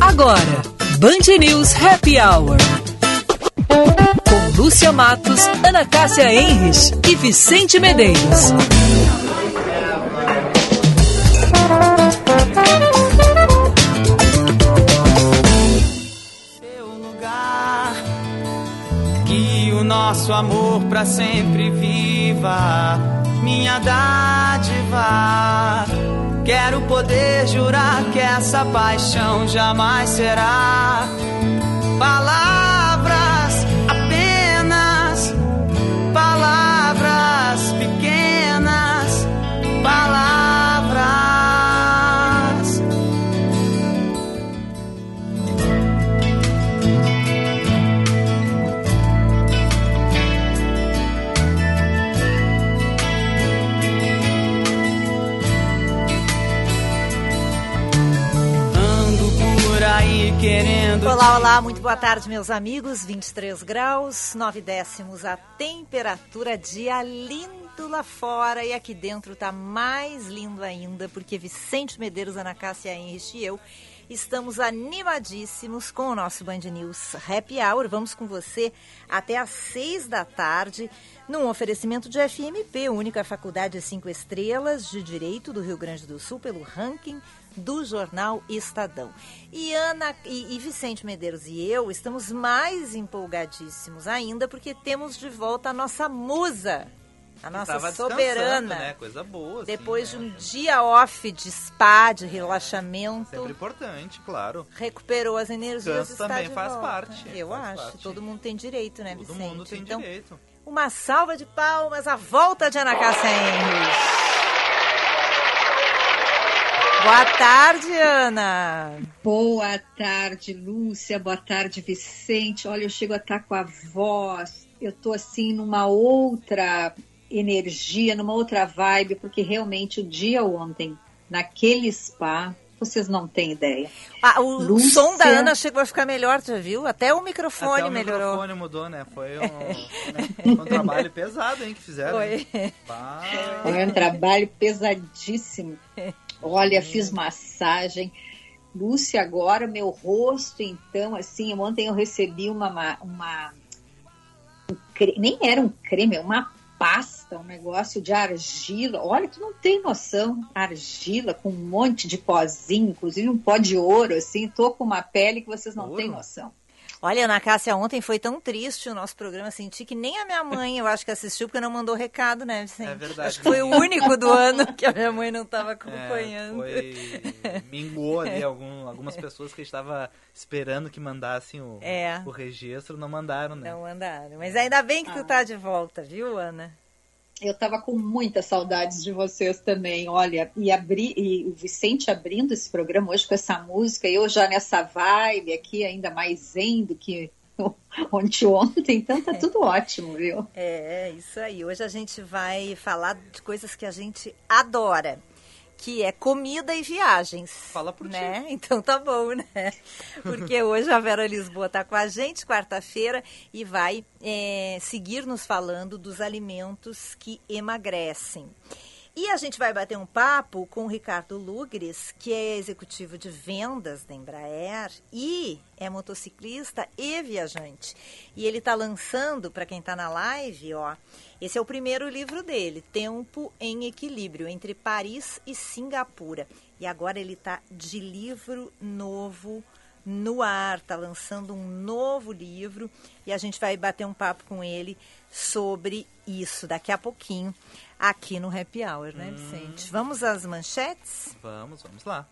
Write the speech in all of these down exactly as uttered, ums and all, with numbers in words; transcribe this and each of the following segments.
Agora, Band News Happy Hour. Com Lúcia Matos, Ana Cássia Enrich e Vicente Medeiros. Seu lugar, que o nosso amor pra sempre viva, minha dádiva. Quero poder jurar que essa paixão jamais será palavras, apenas palavras pequenas, palavras. Querendo... Olá, olá, muito boa tarde, meus amigos. vinte e três graus, nove décimos a temperatura, dia lindo lá fora. E aqui dentro tá mais lindo ainda, porque Vicente Medeiros, Ana Cássia Enrich e eu estamos animadíssimos com o nosso Band News Happy Hour. Vamos com você até às seis da tarde, num oferecimento de F M P, única faculdade cinco estrelas de Direito do Rio Grande do Sul, pelo ranking do jornal Estadão. E Ana e, e Vicente Medeiros e eu estamos mais empolgadíssimos ainda, porque temos de volta a nossa musa, a nossa soberana, né? Coisa boa. Depois assim, né? de um dia off de spa, de relaxamento. Sempre importante, claro. Recuperou as energias e está também de faz volta. parte. Eu faz acho. parte. Todo mundo tem direito, né, Todo Vicente? mundo tem então, direito. Uma salva de palmas, a volta de Ana Cássia Enrich. Boa tarde, Ana. Boa tarde, Lúcia. Boa tarde, Vicente. Olha, eu chego a estar com a voz. Eu tô assim numa outra energia, numa outra vibe, porque realmente o dia ontem, naquele spa, vocês não têm ideia. Ah, o Lúcia... som da Ana chegou a ficar melhor, já viu? Até o microfone Até o melhorou. O microfone mudou, né? Foi um, né? um trabalho pesado, hein, que fizeram. Foi. Foi um trabalho pesadíssimo. Olha, fiz massagem. Lúcia, agora meu rosto, então, assim, ontem eu recebi uma... uma um creme, nem era um creme, é uma pasta, um negócio de argila. Olha, tu não tem noção. Argila com um monte de pozinho, inclusive um pó de ouro, assim. Tô com uma pele que vocês não ouro? têm noção. Olha, Ana Cássia, ontem foi tão triste o nosso programa, senti que nem a minha mãe, eu acho que assistiu, porque não mandou recado, né, Vicente? É verdade. Acho que foi o único do ano que a minha mãe não estava acompanhando. É, foi... Minguou ali algum, algumas pessoas que estavam esperando que mandassem o, é. o registro, não mandaram, né? Não mandaram, mas ainda bem que tu tá de volta, viu, Ana? Eu tava com muitas saudades de vocês também, olha, e, abri, e o Vicente abrindo esse programa hoje com essa música, eu já nessa vibe aqui, ainda mais zen do que ontem, ontem, então tá tudo ótimo, viu? É, isso aí, hoje a gente vai falar de coisas que a gente adora, que é comida e viagens. Fala por né? ti. Então tá bom, né? Porque hoje a Vera Lisboa tá com a gente, quarta-feira, e vai é, seguir nos falando dos alimentos que emagrecem. E a gente vai bater um papo com o Ricardo Lugres, que é executivo de vendas da Embraer e é motociclista e viajante. E ele está lançando, para quem está na live, ó, esse é o primeiro livro dele, Tempo em Equilíbrio, entre Paris e Singapura. E agora ele está de livro novo no ar, está lançando um novo livro e a gente vai bater um papo com ele sobre isso daqui a pouquinho aqui no Happy Hour, né, Vicente? Hum. Vamos às manchetes? Vamos, vamos lá.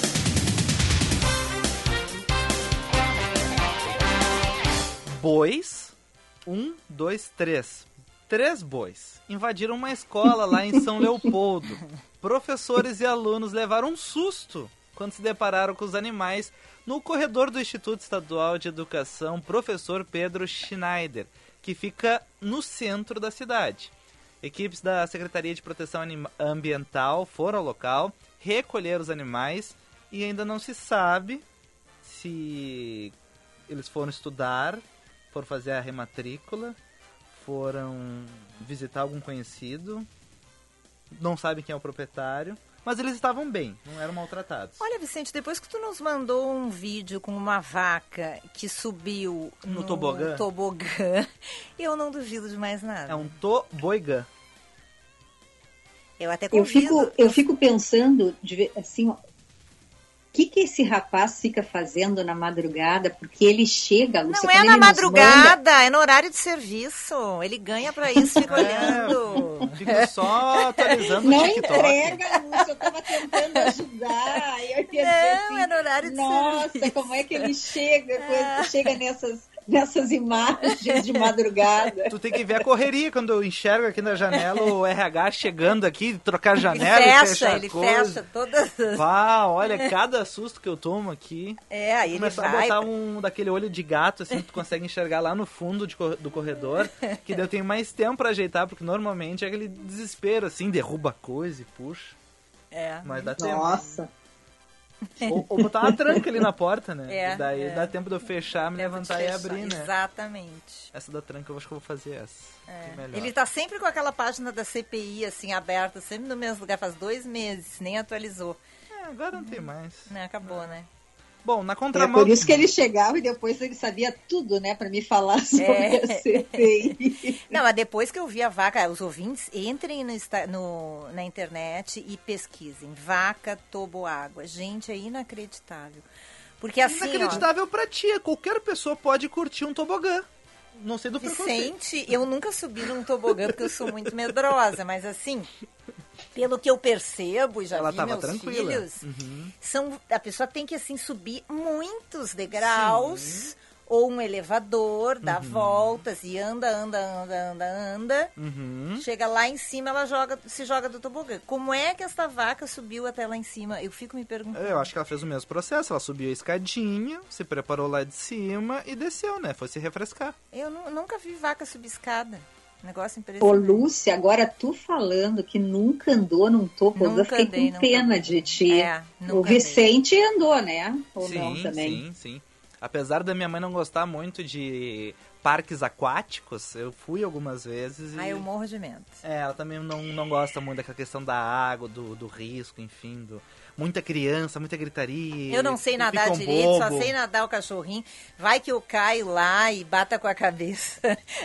Bois, um, dois, três. Três bois invadiram uma escola lá em São Leopoldo. Professores e alunos levaram um susto quando se depararam com os animais no corredor do Instituto Estadual de Educação Professor Pedro Schneider, que fica no centro da cidade. Equipes da Secretaria de Proteção Ambiental foram ao local, recolheram os animais e ainda não se sabe se eles foram estudar, foram fazer a rematrícula, foram visitar algum conhecido, não sabem quem é o proprietário, Mas eles estavam bem, não eram maltratados. Olha, Vicente, depois que tu nos mandou um vídeo com uma vaca que subiu No no, tobogã? tobogã, eu não duvido de mais nada. É um toboigã. Eu até Eu convido. fico, eu fico pensando, de ver, assim, ó, o que, que esse rapaz fica fazendo na madrugada? Porque ele chega... Não Lúcia, é quando na ele nos madrugada, manda- é no horário de serviço. Ele ganha pra isso, fica olhando. Fico só atualizando Não o TikTok. entrega, Lúcia, eu tava tentando ajudar. E eu queria dizer Não, assim, é no horário de nossa, serviço. como é que ele chega, com esse- chega nessas, nessas imagens de madrugada. Tu tem que ver a correria quando eu enxergo aqui na janela o R H chegando aqui, trocar Ele janela e fecha, fechar ele coisa. fecha todas as... Vá, olha, cada susto que eu tomo aqui. É, aí ele Começar a vai... botar um daquele olho de gato, assim, que tu consegue enxergar lá no fundo de cor- do corredor, que daí eu tenho mais tempo pra ajeitar, porque normalmente é aquele desespero, assim, derruba coisa e puxa. É. Mas dá tempo. Nossa. Ou, ou botar uma tranca ali na porta, né? É, E daí é. dá tempo de eu fechar, me Leva de levantar e fechar. abrir, né? Exatamente. Essa da tranca eu acho que eu vou fazer essa. É. que é melhor. Ele tá sempre com aquela página da C P I, assim, aberta, sempre no mesmo lugar, faz dois meses, nem atualizou. É, agora não tem mais. Né, acabou, né? Bom, na É contramão... por isso que ele chegava e depois ele sabia tudo, né, para me falar sobre É. a C P I. Não, mas depois que eu vi a vaca, os ouvintes entrem no, insta- no- na internet e pesquisem. Vaca toboágua. Gente, é inacreditável. Porque assim, Inacreditável pra ti, qualquer pessoa pode curtir um tobogã. Não sei do ó, preconceito. Vicente, eu nunca subi num tobogã porque eu sou muito medrosa, mas assim, pelo que eu percebo e já Ela vi tava meus tranquila. filhos, Uhum. são, a pessoa tem que assim subir muitos degraus ou um elevador, dá voltas e anda, anda, anda, anda, anda. Uhum. Chega lá em cima, ela joga, se joga do tobogã. Como é que esta vaca subiu até lá em cima? Eu fico me perguntando. Eu acho que ela fez o mesmo processo. Ela subiu a escadinha, se preparou lá de cima e desceu, né? Foi se refrescar. Eu nu- nunca vi vaca subir escada. Negócio Ô, impressionante. Lúcia, agora tu falando que nunca andou num tobogã, Nunca fiquei andei, com nunca pena andei. de ti. É, nunca o andei. Vicente andou, né? Ou sim, não também? sim, sim. Apesar da minha mãe não gostar muito de parques aquáticos, eu fui algumas vezes e... Ah, eu morro de medo. É, ela também não, não gosta muito daquela questão da água, do, do risco, enfim, do... muita criança, muita gritaria. Eu não sei e nadar fica um direito, só bobo. sei nadar o cachorrinho. Vai que eu caio lá e bata com a cabeça.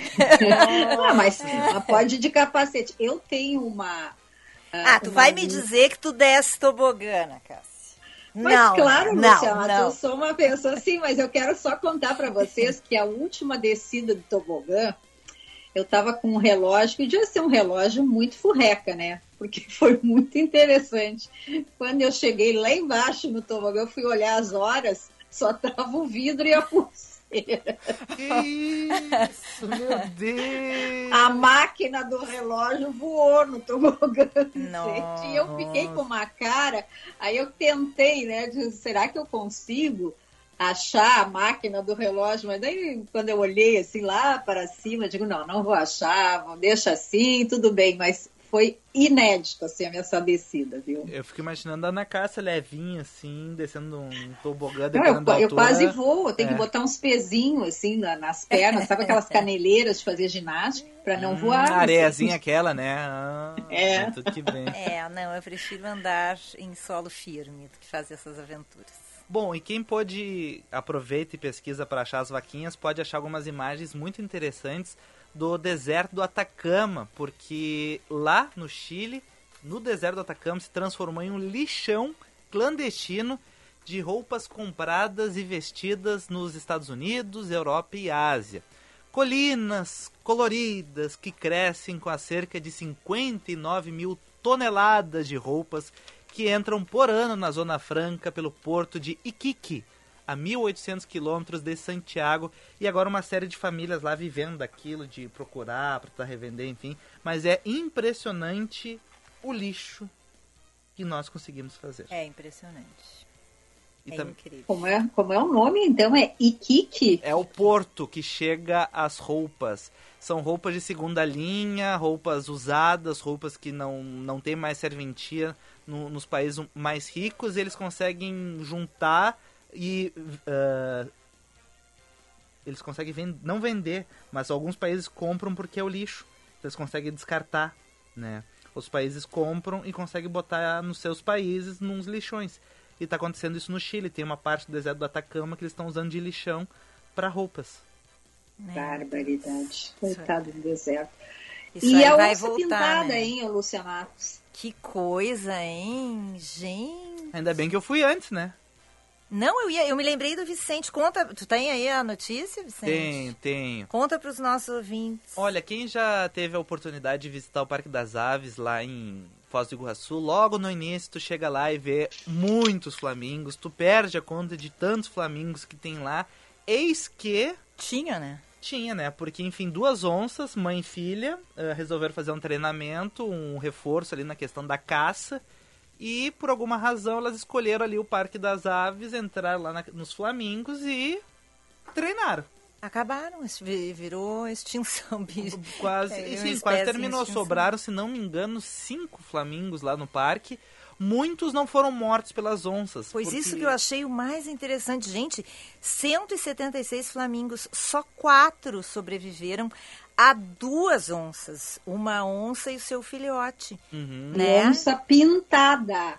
Ah, mas mas pode ir de capacete. Eu tenho uma... Ah, tu uma vai me amiga- dizer que tu desce tobogana, Cássia. Mas não, claro, não, Lúcia, mas não. eu sou uma pessoa assim, mas eu quero só contar para vocês que a última descida do tobogã, eu tava com um relógio, que devia ser um relógio muito furreca, né? Porque foi muito interessante. Quando eu cheguei lá embaixo no tobogã, eu fui olhar as horas, só tava o vidro e a pulseira. Que isso, meu Deus! A máquina do relógio voou no tobogã. Nossa. E eu fiquei com uma cara, aí eu tentei, né? De, será que eu consigo achar a máquina do relógio? Mas daí, quando eu olhei assim lá para cima, eu digo, não, não vou achar, vou, deixa assim, tudo bem. Mas foi inédito, assim, a minha descida, viu? Eu fico imaginando a Ana Cássia levinha, assim, descendo um tobogã, Não, eu, dependendo da eu altura. quase vou, eu tenho É. que botar uns pezinhos assim na- nas pernas, sabe aquelas caneleiras de fazer ginástica, para não Hum, voar. a areiazinha aquela, né? Ah, É. Tudo que vem. É, não, eu prefiro andar em solo firme do que fazer essas aventuras. Bom, e quem pode, aproveita e pesquisa para achar as vaquinhas, pode achar algumas imagens muito interessantes do deserto do Atacama, porque lá no Chile, no deserto do Atacama, se transformou em um lixão clandestino de roupas compradas e vestidas nos Estados Unidos, Europa e Ásia. Colinas coloridas que crescem com a cerca de cinquenta e nove mil toneladas de roupas que entram por ano na Zona Franca pelo porto de Iquique, a mil e oitocentos quilômetros de Santiago, e agora uma série de famílias lá vivendo daquilo, de procurar, para tentar revender, enfim. Mas é impressionante o lixo que nós conseguimos fazer. É impressionante. E É tam- incrível. Como é, como é o nome, então? É Iquique? É o porto que chega às roupas. São roupas de segunda linha, roupas usadas, roupas que não, não tem mais serventia no, nos países mais ricos. Eles conseguem juntar e... Uh, eles conseguem vend- não vender, mas alguns países compram porque é o lixo. Então eles conseguem descartar, né? Os países compram e conseguem botar nos seus países, nos lixões. E tá acontecendo isso no Chile. Tem uma parte do deserto do Atacama que eles estão usando de lixão para roupas. Barbaridade. Coitado do deserto. Isso E aí a vai onça voltar, pintada, né? hein, ô Lúcia Matos? Que coisa, hein? Gente. Ainda bem que eu fui antes, né? Não, eu ia, eu me lembrei do Vicente. Conta, tu tem aí a notícia, Vicente? Tenho, tenho. Conta para os nossos ouvintes. Olha, quem já teve a oportunidade de visitar o Parque das Aves lá em Foz do Iguaçu, logo no início tu chega lá e vê muitos flamingos, tu perde a conta de tantos flamingos que tem lá. Eis que Tinha, né? tinha, né? Porque, enfim, duas onças, mãe e filha, uh, resolveram fazer um treinamento, um reforço ali na questão da caça. E, por alguma razão, elas escolheram ali o Parque das Aves, entraram lá na, nos flamingos e treinaram. Acabaram, es- vi- virou extinção. bi- Quase, É, uma sim, espécie quase em terminou. extinção. Sobraram, se não me engano, cinco flamingos lá no parque. Muitos não foram mortos pelas onças. Pois porque- isso que eu achei o mais interessante. Gente, cento e setenta e seis flamingos, só quatro sobreviveram a duas onças. Uma onça e o seu filhote. Uhum. Né? Onça pintada.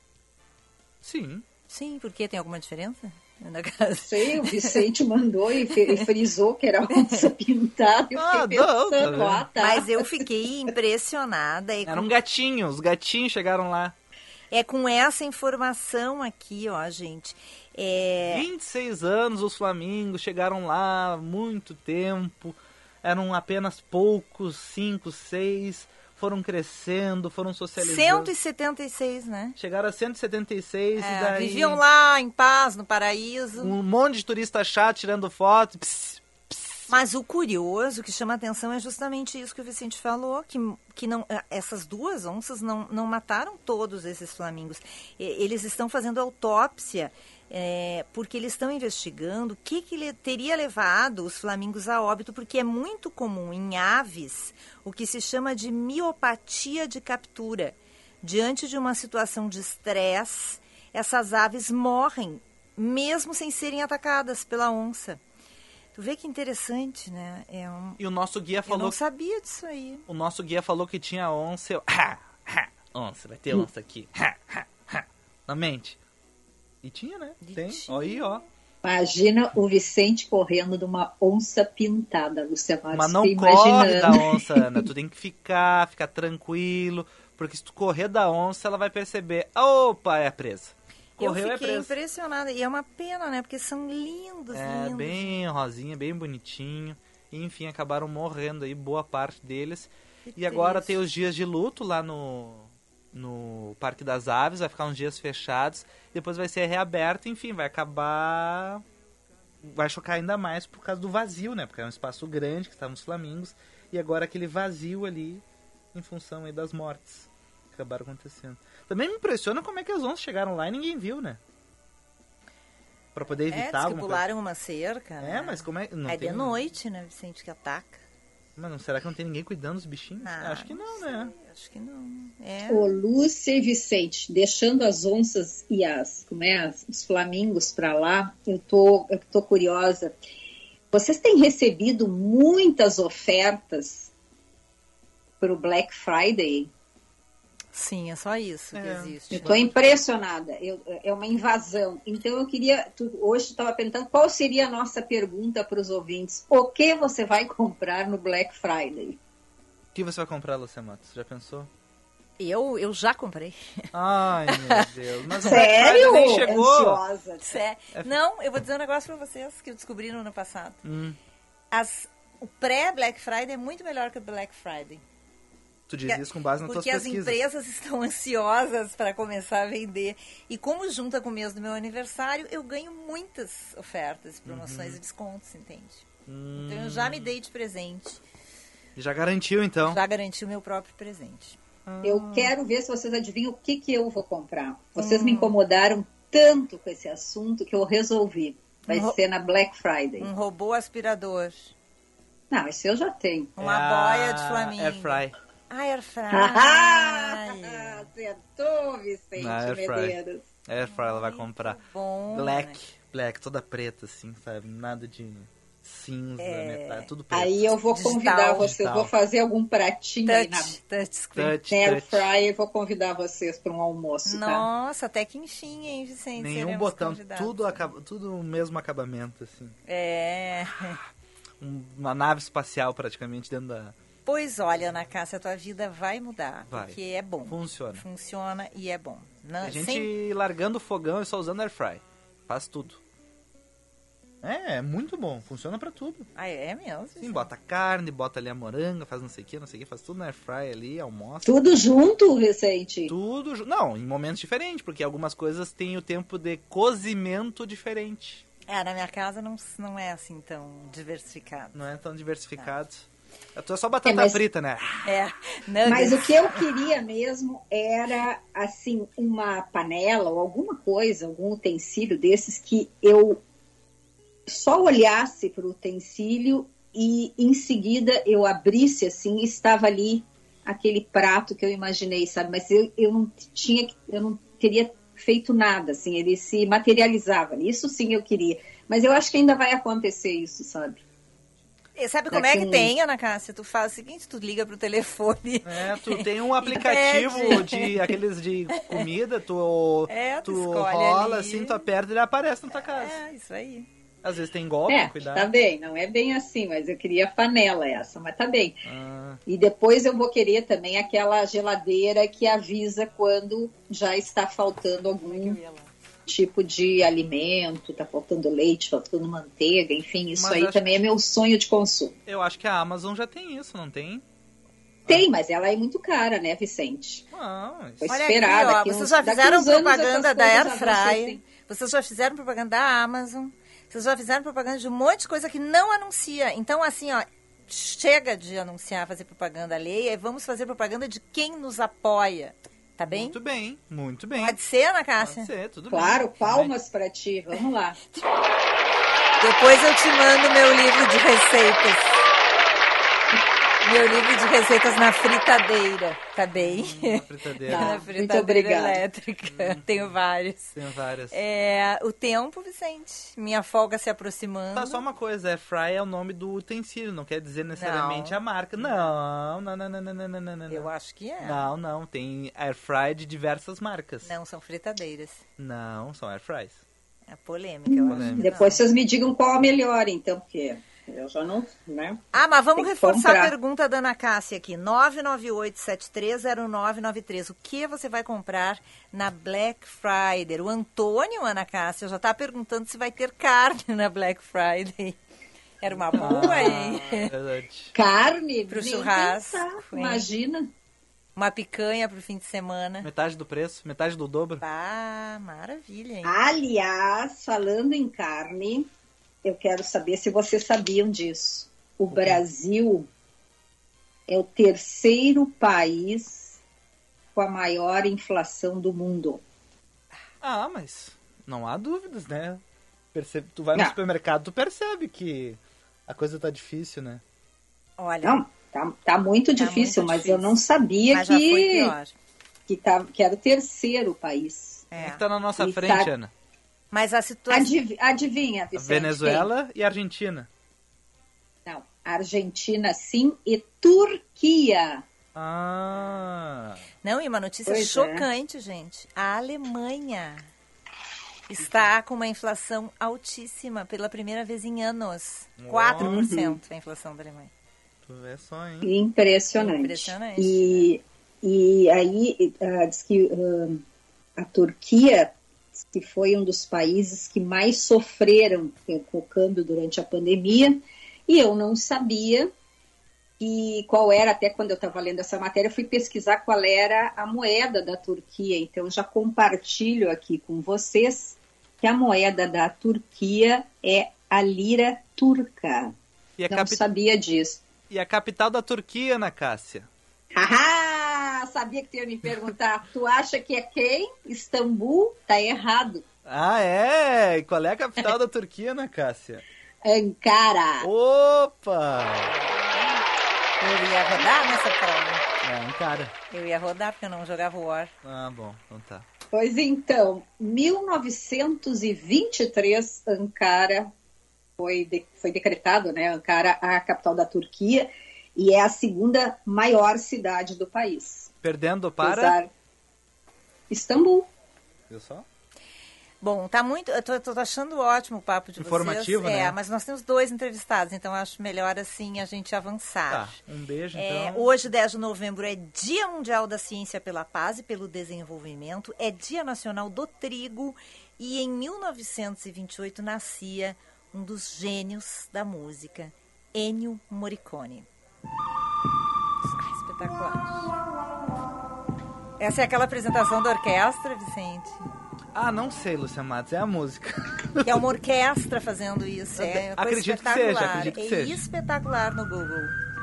Sim. Sim, porque tem alguma diferença na casa? Sei, o Vicente mandou e fe- e frisou que era onça pintada. Eu Ah, fiquei não, tá pensando, vendo? ah, tá. Mas eu fiquei impressionada. E Era um com, gatinho, os gatinhos chegaram lá. é com essa informação aqui, ó, gente. É, vinte e seis anos os flamingos chegaram lá, muito tempo. Eram apenas poucos, cinco, seis. Foram crescendo, foram socializando. cento e setenta e seis, né? Chegaram a cento e setenta e seis É, e daí... viviam lá em paz, no paraíso. Um monte de turista chato tirando foto. Pss, Mas o curioso, que chama a atenção, é justamente isso que o Vicente falou, que, que não, essas duas onças não, não mataram todos esses flamingos. E- Eles estão fazendo autópsia, é, porque eles estão investigando o que, que le- teria levado os flamingos a óbito, porque é muito comum em aves o que se chama de miopatia de captura. Diante de uma situação de estresse, essas aves morrem, mesmo sem serem atacadas pela onça. Tu vê que interessante, né? É um... E o nosso guia Eu falou... não sabia disso aí. O nosso guia falou que tinha onça. Eu... Ha, ha, onça, vai ter onça aqui. Ha, ha, ha. Na mente. E tinha, né? E Tem. tinha. Ó aí, ó. Imagina o Vicente correndo de uma onça pintada, Lúcia Matos. Mas não Fiquei corre imaginando. da onça, Ana. Tu tem que ficar, ficar tranquilo. Porque se tu correr da onça, ela vai perceber. Opa, é presa. Correu, eu é fiquei presa. impressionada. E é uma pena, né? Porque são lindos, É, lindos. bem rosinha, bem bonitinho. E, enfim, acabaram morrendo aí, boa parte deles. Que E agora triste. tem os dias de luto lá no, no Parque das Aves. Vai ficar uns dias fechados. Depois vai ser reaberto. Enfim, vai acabar... Vai chocar ainda mais por causa do vazio, né? Porque é um espaço grande que estavam os flamingos. E agora aquele vazio ali, em função aí das mortes que acabaram acontecendo. Também me impressiona como é que as onças chegaram lá e ninguém viu, né? Pra poder É, evitar diz que alguma coisa. pularam uma cerca. É, né? mas como é... Não é tem... de noite, né, Vicente, que ataca. Mas não, será que não tem ninguém cuidando dos bichinhos? Ah, Acho que não, né? sei, Acho que não. É. Ô, Lúcia e Vicente, deixando as onças e as, como é, as- os flamingos para lá, eu tô, eu tô curiosa. Vocês têm recebido muitas ofertas para o Black Friday? Sim, é só isso que É. existe. Eu estou impressionada. Eu- é uma invasão. Então eu queria, tu, hoje estava perguntando qual seria a nossa pergunta para os ouvintes. O que você vai comprar no Black Friday? O que você vai comprar, Lúcia Matos? Já pensou? Eu, eu já comprei. Ai, meu Deus. Mas o Black Sério? Friday nem chegou. Ansiosa. Sé- Não, eu vou dizer um negócio pra vocês que eu descobri no ano passado. Hum, As, o pré-Black Friday é muito melhor que o Black Friday. tu diz isso com base nas tuas Porque as pesquisas. empresas estão ansiosas para começar a vender. E como junta com o mês do meu aniversário, eu ganho muitas ofertas, promoções e descontos, entende? Hum, Então eu já me dei de presente. já garantiu, então. Já garanti o meu próprio presente. Eu quero ver se vocês adivinham o que, que eu vou comprar. Vocês me incomodaram tanto com esse assunto que eu resolvi. Vai Um ro- ser na Black Friday. Um robô aspirador. Não, esse eu já tenho. Uma É boia a de flamingo. Air Fry. Ah, Air Fry. Acertou, Vicente Na Air Fry. Medeiros. Air Fry ela vai comprar. Bom. Black. né? Black, toda preta, assim, sabe? Nada de cinza, metade, tudo preto. Aí eu vou Digital. convidar vocês, Digital. vou fazer algum pratinho aí na Touch, touchscreen. Touch, air touch. fryer, vou convidar vocês para um almoço, tá? Nossa, até que enfim, hein, Vicente? Nenhum seremos botão, convidados. tudo, acaba, tudo o mesmo acabamento, assim. É. Um- uma nave espacial praticamente dentro da... Pois olha, Ana Cássia, a tua vida vai mudar. Vai. Porque é bom. Funciona. Funciona e é bom. Não, A gente sem- largando o fogão e só usando air fry. Faz tudo. É, é muito bom. Funciona pra tudo. Ah, é mesmo? Sim, Vicente? bota carne, bota ali a moranga, faz não sei o que, não sei o que, faz tudo na air fry ali, almoça. Tudo junto, Vicente? Tudo. ju- Não, em momentos diferentes, porque algumas coisas têm o tempo de cozimento diferente. É, na minha casa não, não é assim tão diversificado. Não é tão diversificado. A tua é só batata É, mas- frita, né? É, nuggets. Mas o que eu queria mesmo era, assim, uma panela ou alguma coisa, algum utensílio desses que eu só olhasse para o utensílio e em seguida eu abrisse, assim, e estava ali aquele prato que eu imaginei, sabe? Mas eu, eu não tinha, eu não teria feito nada, assim, ele se materializava. Isso sim eu queria. Mas eu acho que ainda vai acontecer isso, sabe? E sabe como é Daqui que um- tem, Ana Cássia? Tu faz o seguinte, tu liga pro telefone. É, tu tem um aplicativo de aqueles de comida, tu, É, tu tu escolhe rola ali. assim, tu aperta e ele aparece na tua casa. É, isso aí. Às vezes tem golpe, É, cuidado. tá bem, não é bem assim, mas eu queria a panela essa, mas tá bem. Ah, E depois eu vou querer também aquela geladeira que avisa quando já está faltando algum tipo de alimento, tá faltando leite, faltando manteiga, enfim, isso Mas aí acho- também é meu sonho de consumo. eu acho que a Amazon já tem isso, não tem? Tem, mas ela é muito cara, né, Vicente? Não, isso- Foi Olha esperada. aqui, ó, que vocês uns- já daqui fizeram uns anos propaganda essas da coisas Air já vão ser Fryer, assim. vocês já fizeram propaganda da Amazon, vocês já fizeram propaganda de um monte de coisa que não anuncia. Então, assim, ó, chega de anunciar, fazer propaganda alheia e vamos fazer propaganda de quem nos apoia, tá bem? Muito bem, muito bem. Pode ser, Ana Cássia? Pode ser, tudo Claro, bem. palmas pra ti, vamos lá. Depois eu te mando meu livro de receitas. Meu livro de receitas na fritadeira, tá bem? Uma fritadeira. Tá. Na muito fritadeira obrigada. elétrica. Tenho vários. Tem várias. É, o tempo, Vicente. Minha folga se aproximando. Tá, só uma coisa, air fry é o nome do utensílio, não quer dizer necessariamente Não. a marca. Não, não, não, não, não, não, não, não, não. Eu acho que é. Não, não, tem air fry de diversas marcas. Não, são fritadeiras. Não, são air fries. É polêmica, eu acho. Polêmica. que Depois não. vocês me digam qual a melhor, então, porque eu já não, né? Ah, mas vamos Tem que reforçar a comprar. pergunta da Ana Cássia aqui. nove nove oito sete três zero nove nove três. O que você vai comprar na Black Friday? O Antônio, Ana Cássia, já está perguntando se vai ter carne na Black Friday. Era uma boa, hein? É verdade. Carne, Pro nem churrasco, pensar, hein? imagina. Uma picanha pro fim de semana. Metade do preço, metade do dobro. Ah, maravilha, hein? Aliás, falando em carne, eu quero saber se vocês sabiam disso. O Brasil é o terceiro país com a maior inflação do mundo. Ah, mas não há dúvidas, né? Percebe, tu vai no Não. supermercado, tu percebe que a coisa tá difícil, né? Olha, Não, tá, tá muito Tá difícil, muito mas difícil. eu não sabia mas já foi que, pior. que, tá, que era o terceiro país. Quem é É. que tá na nossa E frente, tá- Ana? Mas a situação... Adiv- adivinha, A Vicente? Venezuela e a Argentina. quem? Não, Argentina sim e Turquia. Ah, Não, e uma notícia Pois é. chocante, gente. A Alemanha está com uma inflação altíssima pela primeira vez em anos. quatro por cento a inflação da Alemanha. tu vê só, hein? Impressionante. Impressionante, E, e aí ah, diz que ah, a Turquia diz que foi um dos países que mais sofreram com o câmbio durante a pandemia. E eu não sabia e qual era, até quando eu estava lendo essa matéria, eu fui pesquisar qual era a moeda da Turquia. Então, já compartilho aqui com vocês que a moeda da Turquia é a lira turca. E a, Não capi- sabia disso. e a capital da Turquia, Ana Cássia? Haha! Sabia que tu ia me perguntar. Tu acha que é quem? Istambul? Tá errado. Ah, é? E qual é a capital da Turquia, Ana Cássia? Ankara. Opa! Eu ia rodar nessa prova. É, um cara. Eu ia rodar porque eu não jogava War. Ah, bom, então tá. Pois então, mil novecentos e vinte e três, Ankara foi, de, foi decretado, né, Ankara, a capital da Turquia, e é a segunda maior cidade do país. Perdendo para... Apesar... Istambul. Viu só? Bom, tá muito. Eu tô, tô achando ótimo o papo de Informativo, vocês. né? É, mas nós temos dois entrevistados, então acho melhor assim a gente avançar. Tá, um beijo É, então. hoje, dez de novembro, é Dia Mundial da Ciência pela Paz e pelo Desenvolvimento, é Dia Nacional do Trigo e em mil novecentos e vinte e oito nascia um dos gênios da música, Ennio Morricone. Ah, espetacular. Essa é aquela apresentação da orquestra, Vicente? Ah, não sei, Lúcia Matos, é a música. Que é uma orquestra fazendo isso. É coisa Acredito que espetacular. seja, acredito que é seja. espetacular no Google.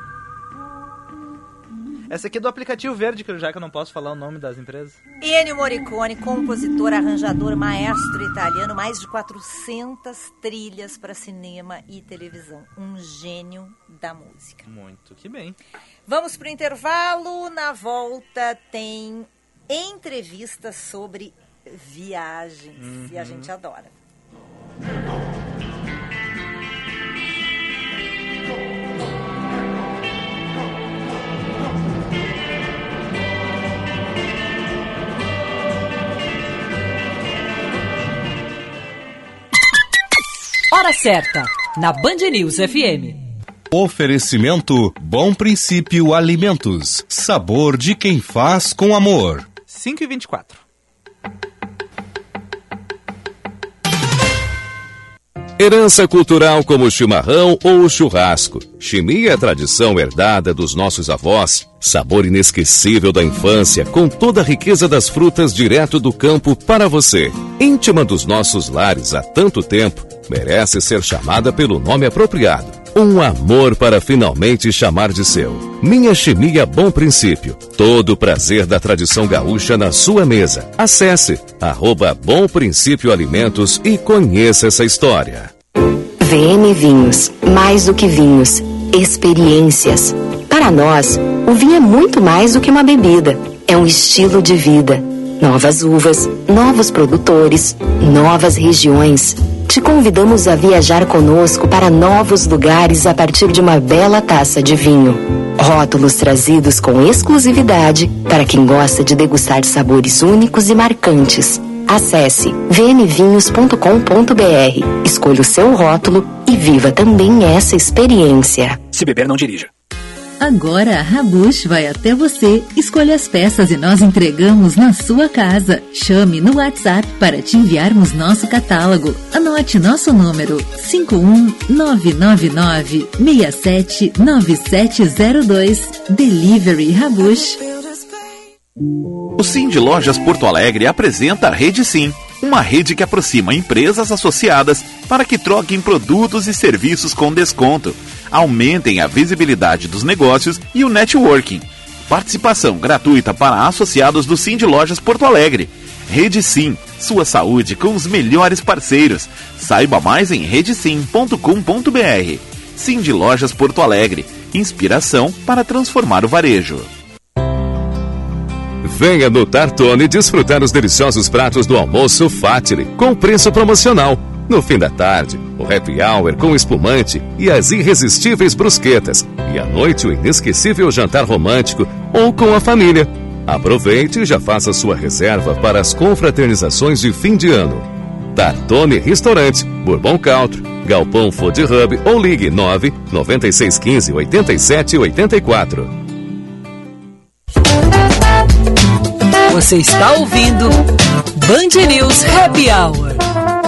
Essa aqui é do aplicativo verde, que eu- já que eu não posso falar o nome das empresas. Ennio Morricone, compositor, arranjador, maestro italiano, mais de quatrocentas trilhas para cinema e televisão. Um gênio da música. Muito que bem. Vamos para o intervalo. Na volta tem entrevistas sobre viagens. Uhum. E a gente adora. Hora certa, na Band News F M. Oferecimento Bom Princípio Alimentos. Sabor de quem faz com amor. cinco e vinte e quatro. Herança cultural como o chimarrão ou o churrasco. Chimia é tradição herdada dos nossos avós. Sabor inesquecível da infância, com toda a riqueza das frutas direto do campo para você. Íntima dos nossos lares há tanto tempo, merece ser chamada pelo nome apropriado. Um amor para finalmente chamar de seu. Minha Chimia Bom Princípio. Todo o prazer da tradição gaúcha na sua mesa. Acesse arroba Bom Princípio Alimentos e conheça essa história. V M Vinhos, mais do que vinhos, experiências. Para nós, o vinho é muito mais do que uma bebida. É um estilo de vida. Novas uvas, novos produtores, novas regiões. Te convidamos a viajar conosco para novos lugares a partir de uma bela taça de vinho. Rótulos trazidos com exclusividade para quem gosta de degustar sabores únicos e marcantes. Acesse v m vinhos ponto com ponto b r, escolha o seu rótulo e viva também essa experiência. Se beber, não dirija. Agora a Rabush vai até você, escolha as peças e nós entregamos na sua casa. Chame no WhatsApp para te enviarmos nosso catálogo. Anote nosso número cinco um nove nove nove seis sete nove sete zero dois. Delivery Rabush. O Sim de Lojas Porto Alegre apresenta a Rede Sim, uma rede que aproxima empresas associadas para que troquem produtos e serviços com desconto, aumentem a visibilidade dos negócios e o networking. Participação gratuita para associados do Sim de Lojas Porto Alegre. Rede Sim, sua saúde com os melhores parceiros. Saiba mais em rede sim ponto com ponto b r. Sim de Lojas Porto Alegre, inspiração para transformar o varejo. Venha no Tartone desfrutar os deliciosos pratos do almoço Fatile, com preço promocional. No fim da tarde, o happy hour com espumante e as irresistíveis brusquetas. E à noite, o inesquecível jantar romântico ou com a família. Aproveite e já faça sua reserva para as confraternizações de fim de ano. Tartone Restaurante, Bourbon Country, Galpão Food Hub ou ligue nove nove seis um cinco oito sete oito quatro. Você está ouvindo Band News Happy Hour.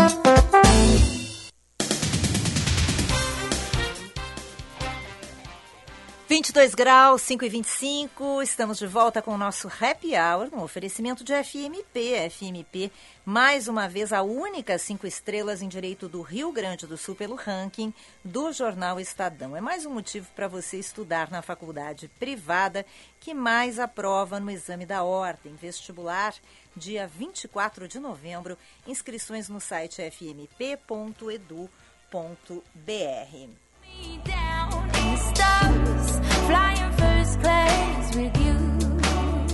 vinte e dois graus, cinco e vinte e cinco, estamos de volta com o nosso Happy Hour, um oferecimento de F M P. F M P, mais uma vez, a única cinco estrelas em direito do Rio Grande do Sul pelo ranking do jornal Estadão. É mais um motivo para você estudar na faculdade privada que mais aprova no exame da ordem. Vestibular, dia vinte e quatro de novembro, inscrições no site f m p ponto edu ponto b r. Flying first class with you.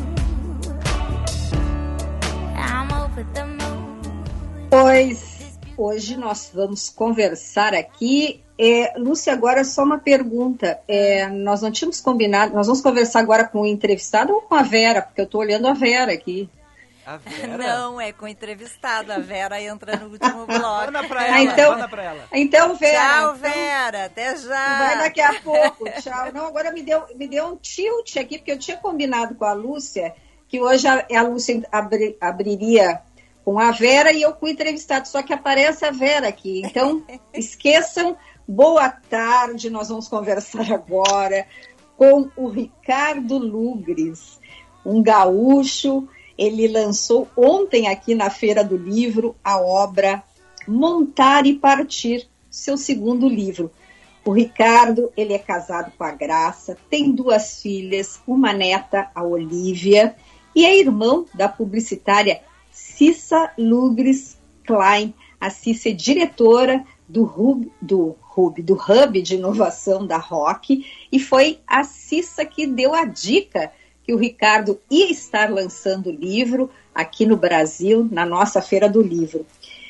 I'm over the moon. Pois hoje nós vamos conversar aqui. É, Lúcia, agora só uma pergunta. É, nós não tínhamos combinado, nós vamos conversar agora com o entrevistado ou com a Vera? Porque eu estou olhando a Vera aqui. A Vera? Não, é com o entrevistado. A Vera entra no último bloco. Manda pra ela, Ah, então, manda pra ela. Então, Vera. Tchau, então, Vera. Até já. vai daqui a pouco. Tchau. Não, agora me deu, me deu um tilt aqui, porque eu tinha combinado com a Lúcia que hoje a, a Lúcia abri, abriria com a Vera e eu com o entrevistado. Só que aparece a Vera aqui. Então, esqueçam. Boa tarde. Nós vamos conversar agora com o Ricardo Lugres, um gaúcho. Ele lançou ontem aqui na Feira do Livro a obra Montar e Partir, seu segundo livro. O Ricardo, ele é casado com a Graça, tem duas filhas, uma neta, a Olívia, e é irmão da publicitária Cissa Lugres Klein. A Cissa é diretora do Hub, do Hub, do Hub de Inovação da R O C, e foi a Cissa que deu a dica que o Ricardo ia estar lançando o livro aqui no Brasil, na nossa Feira do Livro.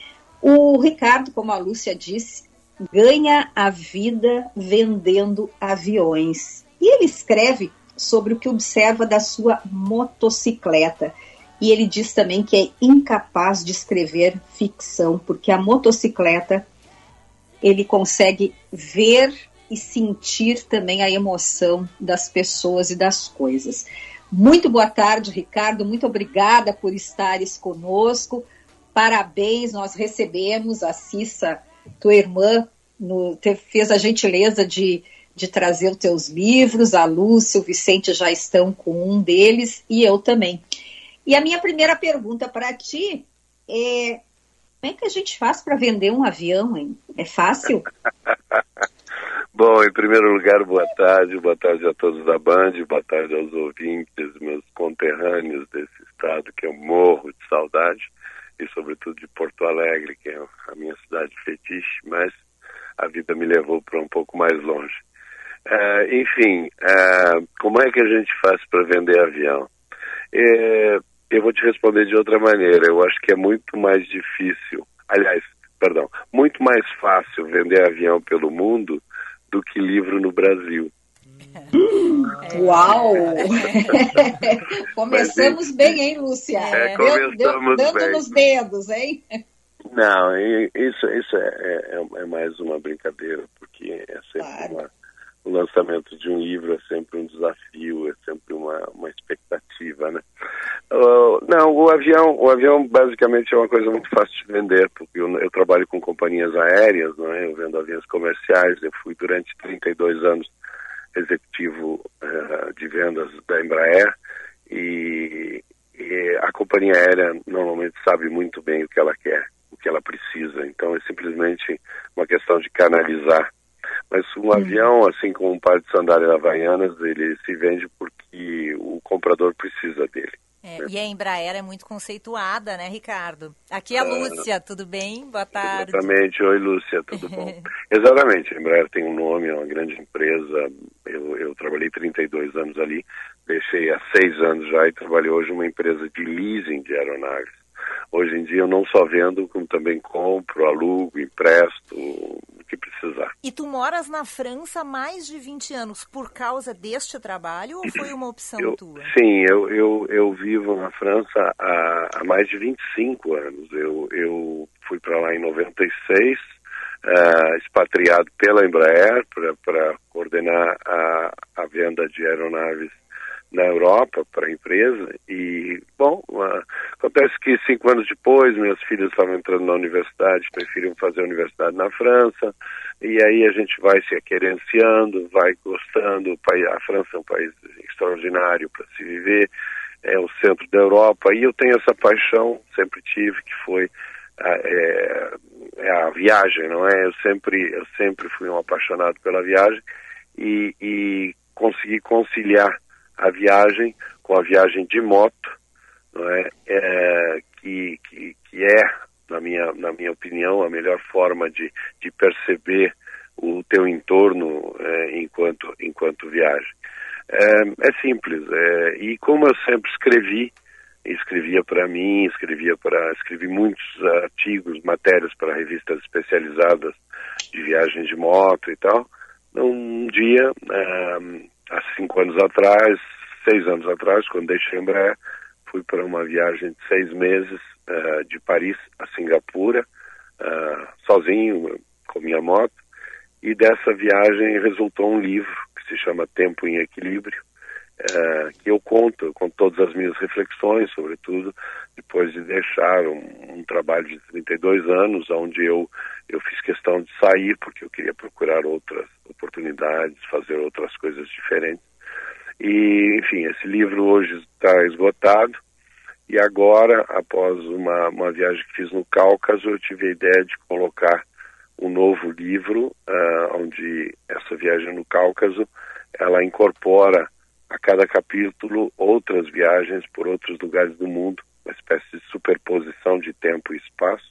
O Ricardo, como a Lúcia disse, ganha a vida vendendo aviões. E ele escreve sobre o que observa da sua motocicleta. E ele diz também que é incapaz de escrever ficção, porque a motocicleta ele consegue ver e sentir também a emoção das pessoas e das coisas. Muito boa tarde, Ricardo. Muito obrigada por estares conosco. Parabéns, nós recebemos a Cissa, tua irmã, no, te, fez a gentileza de, de trazer os teus livros. A Lúcia e o Vicente já estão com um deles e eu também. E a minha primeira pergunta para ti é: como é que a gente faz para vender um avião, hein? É fácil? Bom, em primeiro lugar, boa tarde, boa tarde a todos da Band, boa tarde aos ouvintes, meus conterrâneos desse estado que eu morro de saudade, e sobretudo de Porto Alegre, que é a minha cidade fetiche, mas a vida me levou para um pouco mais longe. Uh, enfim, uh, como é que a gente faz para vender avião? Uh, eu vou te responder de outra maneira. Eu acho que é muito mais difícil, aliás, perdão, muito mais fácil vender avião pelo mundo do que livro no Brasil. Uau! Começamos Mas, bem, hein, Lúcia? É, começamos deu, deu, dando bem. nos dedos, hein? Não, isso, isso é, é, é mais uma brincadeira, porque é sempre claro. uma, o lançamento de um livro é sempre um desafio, é sempre uma, uma expectativa, né? Uh, não, o avião, o avião basicamente é uma coisa muito fácil de vender, porque eu, eu trabalho com companhias aéreas, não é? Eu vendo aviões comerciais, eu fui durante trinta e dois anos executivo uh, de vendas da Embraer, e, e a companhia aérea normalmente sabe muito bem o que ela quer, o que ela precisa, então é simplesmente uma questão de canalizar. Mas um hum. avião, assim como um par de sandálias havaianas, ele se vende porque o comprador precisa dele. É, e a Embraer é muito conceituada, né, Ricardo? Aqui é a Lúcia, tudo bem? Boa tarde. Exatamente. Oi, Lúcia, tudo bom? Exatamente, a Embraer tem um nome, é uma grande empresa. Eu, eu trabalhei trinta e dois anos ali, deixei há seis anos já e trabalho hoje numa empresa de leasing de aeronaves. Hoje em dia eu não só vendo, como também compro, alugo, empresto, o que precisar. E tu moras na França há mais de vinte anos por causa deste trabalho ou foi uma opção eu, tua? Sim, eu, eu, eu vivo na França há, há mais de vinte e cinco anos. Eu, eu fui para lá em noventa e seis, uh, expatriado pela Embraer para coordenar a, a venda de aeronaves na Europa para a empresa e, bom, uh, acontece que cinco anos depois meus filhos estavam entrando na universidade, preferiam fazer a universidade na França e aí a gente vai se aquerenciando, vai gostando. A França é um país extraordinário para se viver, é o centro da Europa e eu tenho essa paixão, sempre tive, que foi a, é, é a viagem, não é? Eu sempre, eu sempre fui um apaixonado pela viagem e, e consegui conciliar a viagem com a viagem de moto, não é? É, que, que, que é, na minha, na minha opinião, a melhor forma de, de perceber o teu entorno é, enquanto, enquanto viagem. É, é simples, é, e como eu sempre escrevi, escrevia para mim, escrevia para, escrevi muitos artigos, matérias para revistas especializadas de viagens de moto e tal. Um dia, um, há cinco anos atrás, seis anos atrás, quando deixei a Embraer, fui para uma viagem de seis meses uh, de Paris a Singapura, uh, sozinho, com minha moto, e dessa viagem resultou um livro que se chama Tempo em Equilíbrio, uh, que eu conto, com todas as minhas reflexões, sobretudo depois de deixar um, um trabalho de trinta e dois anos, onde eu, eu fiz questão de sair, porque eu queria procurar outras oportunidades, fazer outras coisas diferentes. E, enfim, esse livro hoje está esgotado, e agora, após uma, uma viagem que fiz no Cáucaso, eu tive a ideia de colocar um novo livro, uh, onde essa viagem no Cáucaso, ela incorpora a cada capítulo outras viagens por outros lugares do mundo, uma espécie de superposição de tempo e espaço,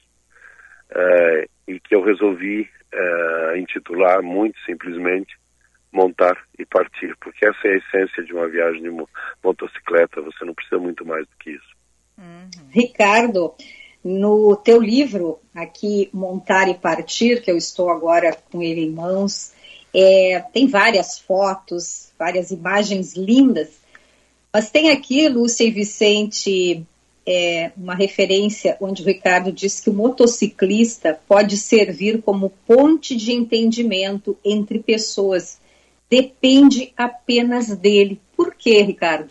uh, e que eu resolvi uh, intitular muito simplesmente Montar e Partir, porque essa é a essência de uma viagem de motocicleta, você não precisa muito mais do que isso. Uhum. Ricardo, no teu livro aqui, Montar e Partir, que eu estou agora com ele em mãos, é, tem várias fotos, várias imagens lindas, mas tem aqui, Lúcia e Vicente, é, uma referência onde o Ricardo diz que o motociclista pode servir como ponte de entendimento entre pessoas. Depende apenas dele. Por quê, Ricardo?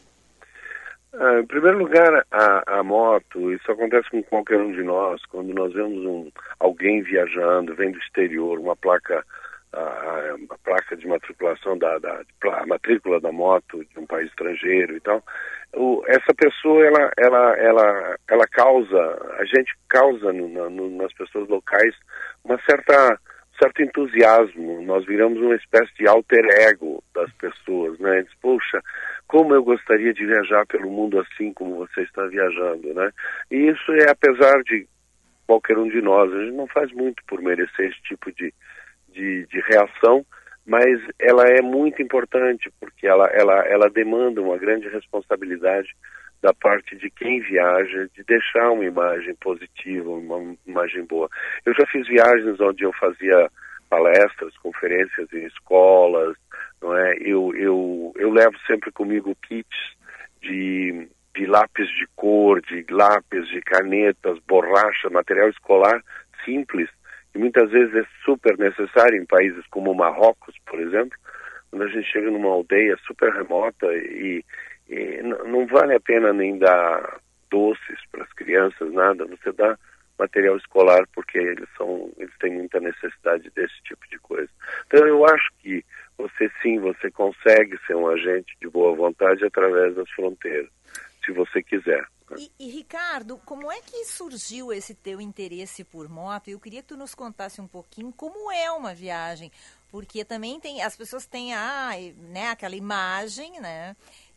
Ah, em primeiro lugar, a, a moto, isso acontece com qualquer um de nós. Quando nós vemos um, alguém viajando, vem do exterior, uma placa, a, a placa de matriculação, da, da a matrícula da moto de um país estrangeiro e tal, o, essa pessoa, ela, ela, ela, ela causa, a gente causa no, no, nas pessoas locais uma certa... certo entusiasmo, nós viramos uma espécie de alter ego das pessoas, né? Diz, poxa, como eu gostaria de viajar pelo mundo assim como você está viajando, né? E isso é apesar de qualquer um de nós, a gente não faz muito por merecer esse tipo de, de, de reação, mas ela é muito importante, porque ela, ela, ela demanda uma grande responsabilidade da parte de quem viaja, de deixar uma imagem positiva, uma imagem boa. Eu já fiz viagens onde eu fazia palestras, conferências em escolas, não é? Eu, eu, eu levo sempre comigo kits de, de lápis de cor, de lápis, de canetas, borracha, material escolar simples, que muitas vezes é super necessário em países como o Marrocos, por exemplo, quando a gente chega numa aldeia super remota e E não vale a pena nem dar doces para as crianças, nada. Você dá material escolar porque eles são, eles têm muita necessidade desse tipo de coisa. Então eu acho que você sim, você consegue ser um agente de boa vontade através das fronteiras, se você quiser. E, e Ricardo, como é que surgiu esse teu interesse por moto? Eu queria que tu nos contasse um pouquinho como é uma viagem, porque também tem, as pessoas têm ah, né, aquela imagem, né?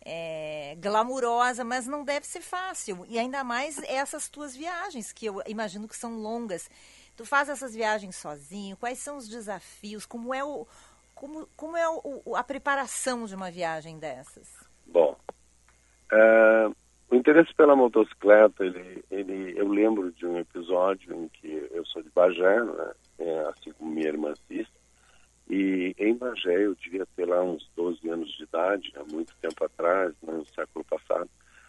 É, glamurosa, mas não deve ser fácil. E ainda mais essas tuas viagens, que eu imagino que são longas. Tu faz essas viagens sozinho? Quais são os desafios? Como é, o, como, como é o, a preparação de uma viagem dessas? Bom, uh, o interesse pela motocicleta, ele, ele, eu lembro de um episódio em que eu sou de Bagé, né, é, assim como minha irmã Cis, e em Bagé eu devia ter lá uns doze anos de idade, há muito tempo atrás, né, no século passado,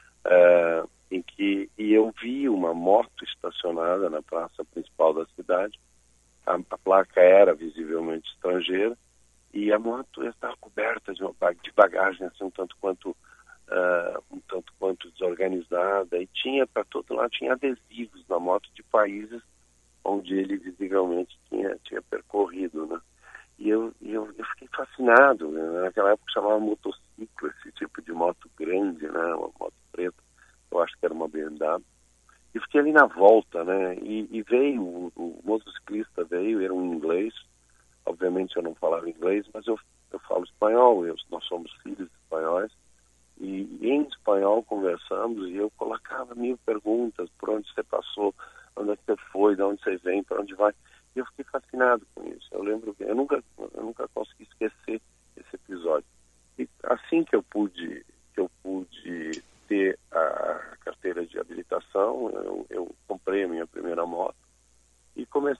uh, em que e eu vi uma moto estacionada na praça principal da cidade. A, a placa era visivelmente estrangeira e a moto estava coberta de, uma, de bagagem assim, um tanto quanto uh, um tanto quanto desorganizada, e tinha para todo lado, tinha adesivos na moto de países onde ele visivelmente tinha, tinha percorrido, né? E eu, eu, eu fiquei fascinado, né? Naquela época chamava motociclo, esse tipo de moto grande, né? Uma moto preta, eu acho que era uma B M W. E fiquei ali na volta, né? E, e veio, o, o motociclista veio, era um inglês. Obviamente eu não falava inglês, mas eu, eu falo espanhol, eu, nós somos filhos espanhóis. E, e em espanhol conversamos e eu colocava mil perguntas, por onde você passou, onde é que você foi, de onde você vem, para onde vai. E eu fiquei fascinado com isso. Eu lembro que eu nunca, eu nunca consegui esquecer esse episódio. E assim que eu pude, que eu pude ter a carteira de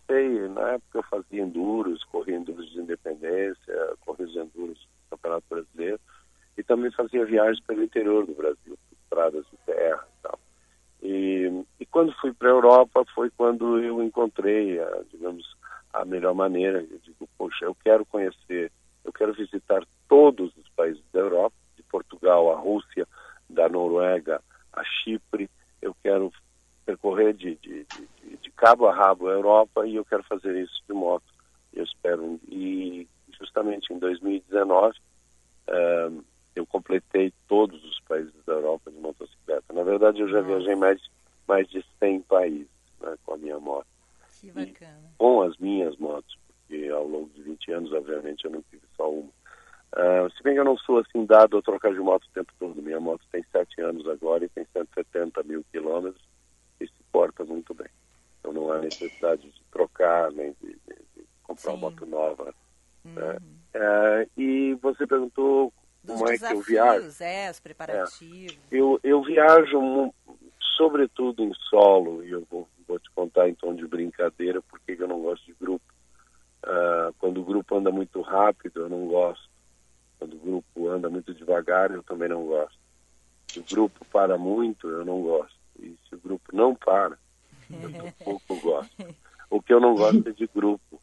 gostei. Na época eu fazia enduros, corria enduros de independência, corria os enduros do Campeonato Brasileiro, e também fazia viagens pelo interior do Brasil, estradas de terra e tal. E, e quando fui para a Europa foi quando eu encontrei, a, digamos, a melhor maneira. Eu digo, poxa, eu quero conhecer, eu quero visitar todos os países da Europa, de Portugal à Rússia, da Noruega a Chipre. Eu quero percorrer de, de, de, de cabo a rabo a Europa, e eu quero fazer isso de moto. Eu espero. E justamente em dois mil e dezenove uh, eu completei todos os países da Europa de motocicleta. Na verdade, eu já Nossa. viajei mais, mais de cem países, né, com a minha moto. Que bacana. E com as minhas motos, porque ao longo de vinte anos, obviamente, eu não tive só uma. Uh, se bem que eu não sou assim dado a trocar de moto o tempo todo. Minha moto tem sete anos agora e tem cento e setenta mil quilômetros e se porta muito bem. Então não há necessidade de trocar, nem de, de, de comprar Sim. uma moto nova. Uhum. Né? Uh, e você perguntou Dos como é que eu desafios, viajo. é, os preparativos. Eu, eu viajo mu- sobretudo em solo, e eu vou, vou te contar em tom de brincadeira porque eu não gosto de grupo. Uh, quando o grupo anda muito rápido, eu não gosto. Quando o grupo anda muito devagar, eu também não gosto. Se o grupo para muito, eu não gosto. E se o grupo não para, eu pouco gosto. O que eu não gosto é de grupo.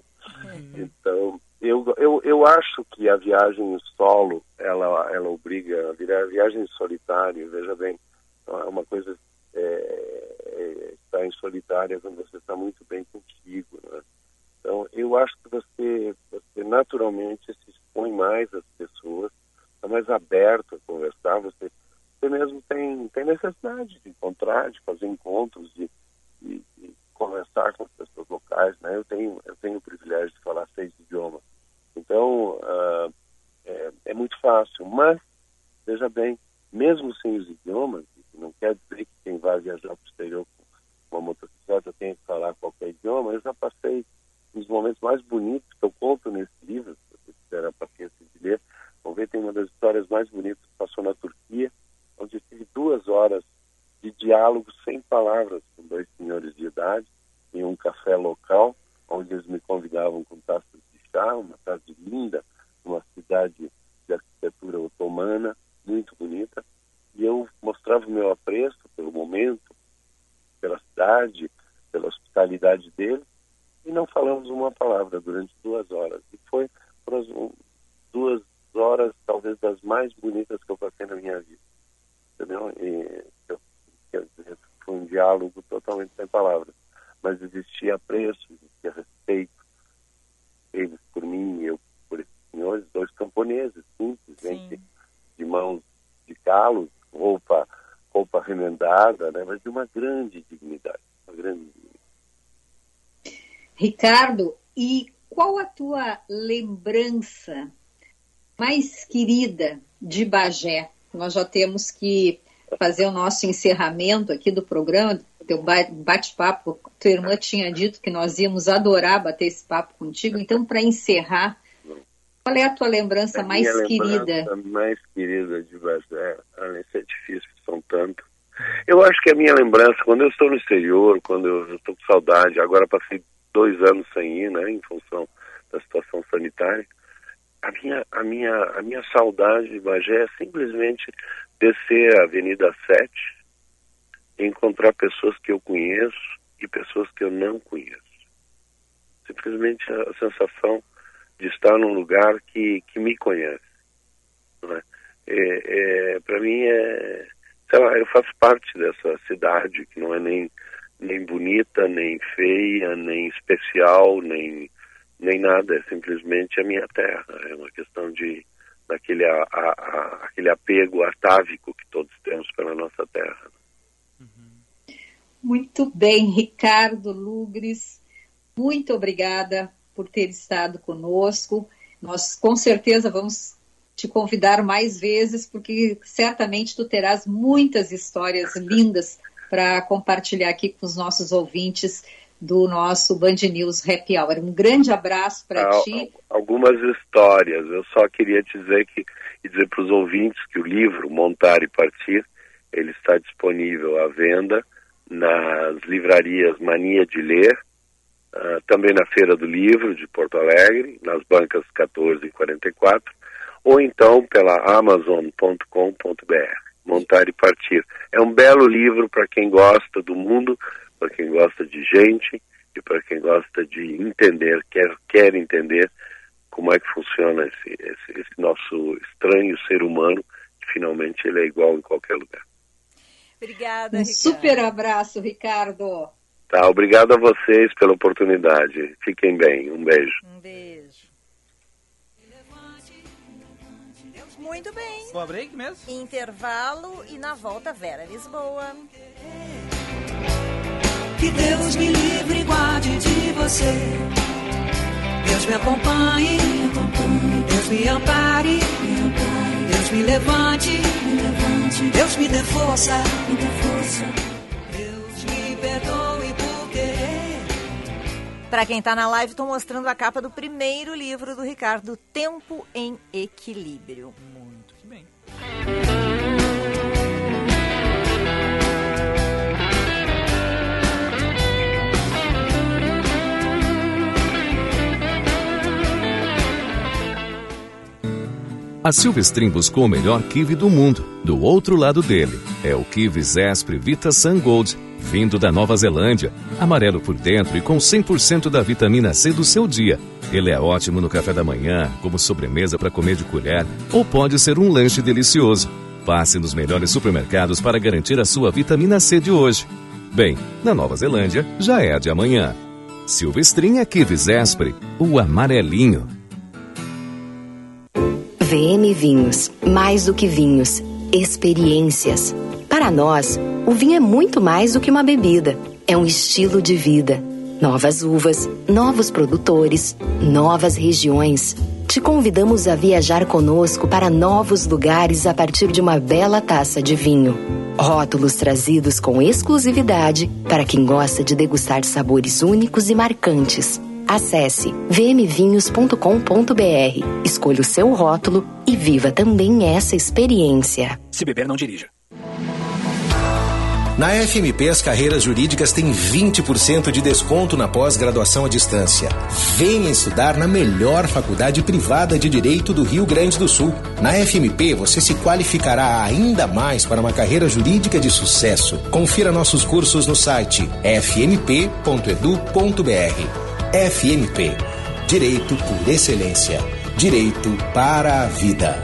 Então, eu, eu, eu acho que a viagem em solo, ela, ela obriga a virar viagem em solitário. Veja bem, é uma coisa é, é, estar em solitária quando você está muito bem contigo, né? Então, eu acho que você, você naturalmente se expõe mais às pessoas, está mais aberto a conversar, você, você mesmo tem, tem necessidade de encontrar, de fazer encontros, de, de, de conversar com as pessoas locais, né? Eu tenho, eu tenho o privilégio de falar seis idiomas. Então, uh, é, é muito fácil, mas, veja bem, mesmo sem os idiomas, não quer dizer que quem vai viajar para o exterior com uma motocicleta tenha que falar qualquer idioma. Eu já passei os momentos mais bonitos que eu conto nesse livro, se você tiver a paciência de ler. Vamos ver, tem uma das histórias mais bonitas que passou na Turquia, onde eu tive duas horas de diálogo sem palavras com dois senhores de idade, em um café local, onde eles me convidavam com taças de chá, uma tarde linda, numa cidade de arquitetura otomana, muito bonita, e eu mostrava o meu apreço pelo momento, pela cidade, pela hospitalidade deles, e não falamos uma palavra durante duas horas. E foi foram duas horas, talvez, das mais bonitas que eu passei na minha vida. Entendeu? E, eu, quer dizer, foi um diálogo totalmente sem palavras. Mas existia apreço, existia respeito. Eles por mim, eu por esses senhores, dois camponeses, simples, gente de mãos de calos, roupa, roupa remendada, né? Mas de uma grande dignidade. Uma grande dignidade. Ricardo, e qual a tua lembrança mais querida de Bagé? Nós já temos que fazer o nosso encerramento aqui do programa, teu bate-papo. Tua irmã tinha dito que nós íamos adorar bater esse papo contigo. Então, para encerrar, qual é a tua lembrança a mais minha querida? lembrança mais querida de Bagé, além de ser difícil, são tanto. Eu acho que a minha lembrança, quando eu estou no exterior, quando eu estou com saudade, agora passei dois anos sem ir, né, em função da situação sanitária, a minha, a minha, a minha saudade de Bagé é simplesmente descer a Avenida sete e encontrar pessoas que eu conheço e pessoas que eu não conheço. Simplesmente a sensação de estar num lugar que, que me conhece. Né? É, é, para mim, é, sei lá, eu faço parte dessa cidade que não é nem, nem bonita, nem feia, nem especial, nem, nem nada. É simplesmente a minha terra. É uma questão de daquele a, a, a, aquele apego atávico que todos temos pela nossa terra. Muito bem, Ricardo Lugris, muito obrigada por ter estado conosco. Nós com certeza vamos te convidar mais vezes, porque certamente tu terás muitas histórias lindas para compartilhar aqui com os nossos ouvintes do nosso Band News Happy Hour. Um grande abraço para Al, ti. Algumas histórias. Eu só queria te dizer que, e dizer para os ouvintes que o livro Montar e Partir, ele está disponível à venda nas livrarias Mania de Ler uh, também na Feira do Livro de Porto Alegre, nas bancas quatorze e quarenta e quatro, ou então pela amazon ponto com ponto b r. Montar e Partir. É um belo livro para quem gosta do mundo, para quem gosta de gente e para quem gosta de entender, quer, quer entender como é que funciona esse, esse, esse nosso estranho ser humano, que finalmente ele é igual em qualquer lugar. Obrigada, Um Ricardo. super abraço, Ricardo. Tá, obrigado a vocês pela oportunidade. Fiquem bem. Um beijo. Um beijo. Muito bem. Boa break mesmo? Intervalo e na volta, Vera Lisboa. Que Deus me livre e guarde de você. Deus me acompanhe, Deus me ampare, Deus me levante, Deus me dê força, Deus me perdoe por querer. Para quem tá na live, tô mostrando a capa do primeiro livro do Ricardo, Tempo em Equilíbrio. Muito que bem. A Silvestrin buscou o melhor kiwi do mundo. Do outro lado dele é o kiwi Zespri Vita Sun Gold, vindo da Nova Zelândia. Amarelo por dentro e com cem por cento da vitamina C do seu dia. Ele é ótimo no café da manhã, como sobremesa para comer de colher, ou pode ser um lanche delicioso. Passe nos melhores supermercados para garantir a sua vitamina C de hoje. Bem, na Nova Zelândia já é a de amanhã. Silvestrin é kiwi Zespri, o amarelinho. V M Vinhos, mais do que vinhos, experiências. Para nós, o vinho é muito mais do que uma bebida, é um estilo de vida. Novas uvas, novos produtores, novas regiões. Te convidamos a viajar conosco para novos lugares a partir de uma bela taça de vinho. Rótulos trazidos com exclusividade para quem gosta de degustar sabores únicos e marcantes. Acesse v m vinhos ponto com ponto b r, escolha o seu rótulo e viva também essa experiência. Se beber, não dirija. Na F M P, as carreiras jurídicas têm vinte por cento de desconto na pós-graduação à distância. Venha estudar na melhor faculdade privada de Direito do Rio Grande do Sul. Na F M P, você se qualificará ainda mais para uma carreira jurídica de sucesso. Confira nossos cursos no site f m p ponto edu ponto b r. F M P. Direito por excelência. Direito para a vida.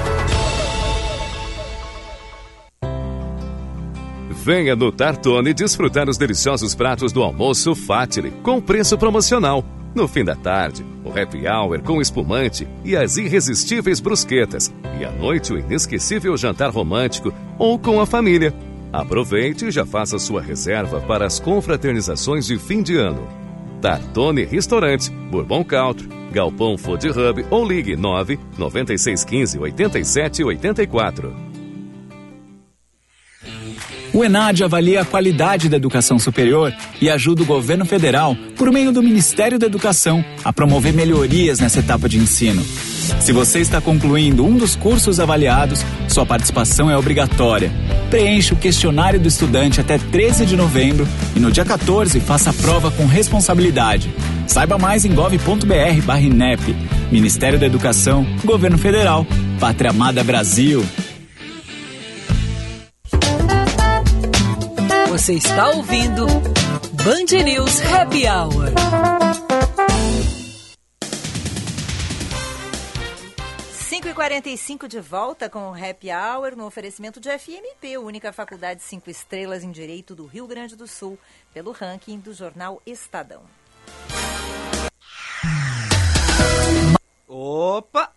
Venha no Tartone desfrutar os deliciosos pratos do almoço Fatile, com preço promocional. No fim da tarde, o happy hour com espumante e as irresistíveis brusquetas. E à noite, o inesquecível jantar romântico ou com a família. Aproveite e já faça sua reserva para as confraternizações de fim de ano. Tartone Restaurante, Bourbon Country, Galpão Food Hub ou ligue nove nove seis um cinco oito sete oito quatro. O ENAD avalia a qualidade da educação superior e ajuda o governo federal, por meio do Ministério da Educação, a promover melhorias nessa etapa de ensino. Se você está concluindo um dos cursos avaliados, sua participação é obrigatória. Preencha o questionário do estudante até treze de novembro e no dia quatorze faça a prova com responsabilidade. Saiba mais em gov ponto b r barra I N E P. Ministério da Educação, Governo Federal, Pátria Amada Brasil. Você está ouvindo Band News Happy Hour. cinco e quarenta e cinco de volta com o Happy Hour no oferecimento de F M P, única faculdade cinco estrelas em Direito do Rio Grande do Sul, pelo ranking do jornal Estadão. Opa!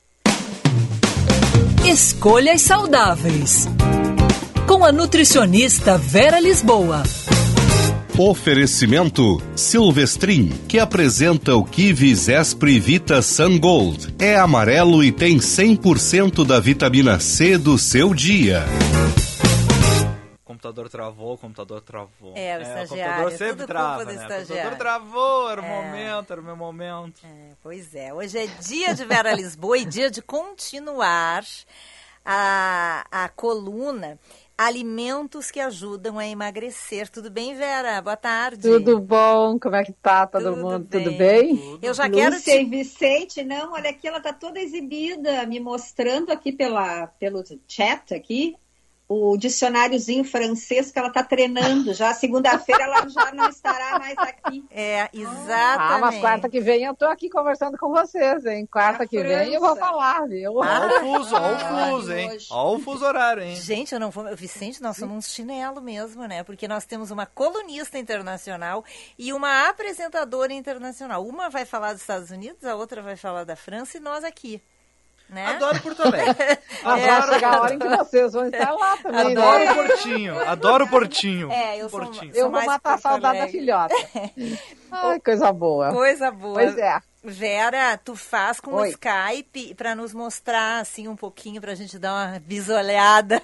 Escolhas saudáveis. Com a nutricionista Vera Lisboa. Oferecimento Silvestrin, que apresenta o kiwi Zespri Vita Sun Gold. É amarelo e tem cem por cento da vitamina C do seu dia. O computador travou, o computador travou. É, o é, estagiário, o computador sempre tudo trava, culpa do né? estagiário. O computador travou, era o É. momento, era o meu momento. É, pois é, hoje é dia de Vera Lisboa e dia de continuar a, a coluna Alimentos que Ajudam a Emagrecer. Tudo bem, Vera? Boa tarde. Tudo bom? Como é que tá todo Tudo mundo? bem. Tudo bem? Tudo. Eu já Lúcia quero te... e Vicente, não, olha aqui, ela tá toda exibida, me mostrando aqui pela, pelo chat aqui, o dicionáriozinho francês que ela está treinando já. Segunda-feira ela já não estará mais aqui. É, exatamente. Ah, mas quarta que vem eu tô aqui conversando com vocês, hein? Quarta que França. vem eu vou falar, viu? Ó o fuso, ó o fuso, hein? Ó o fuso horário, hein? Gente, eu não vou... Vicente, nós somos um chinelo mesmo, né? Porque nós temos uma colunista internacional e uma apresentadora internacional. Uma vai falar dos Estados Unidos, a outra vai falar da França e nós aqui. Né? Adoro Porto Alegre. Mas Adoro... vai chegar a hora em que vocês vão estar lá também, Adoro né? o Portinho, adoro o Portinho. É, eu sou, Portinho. sou Eu vou matar a saudade da filhota. Ai, coisa boa. Coisa boa. Pois é. Vera, tu faz com Oi. o Skype para nos mostrar assim um pouquinho pra gente dar uma bisolhada.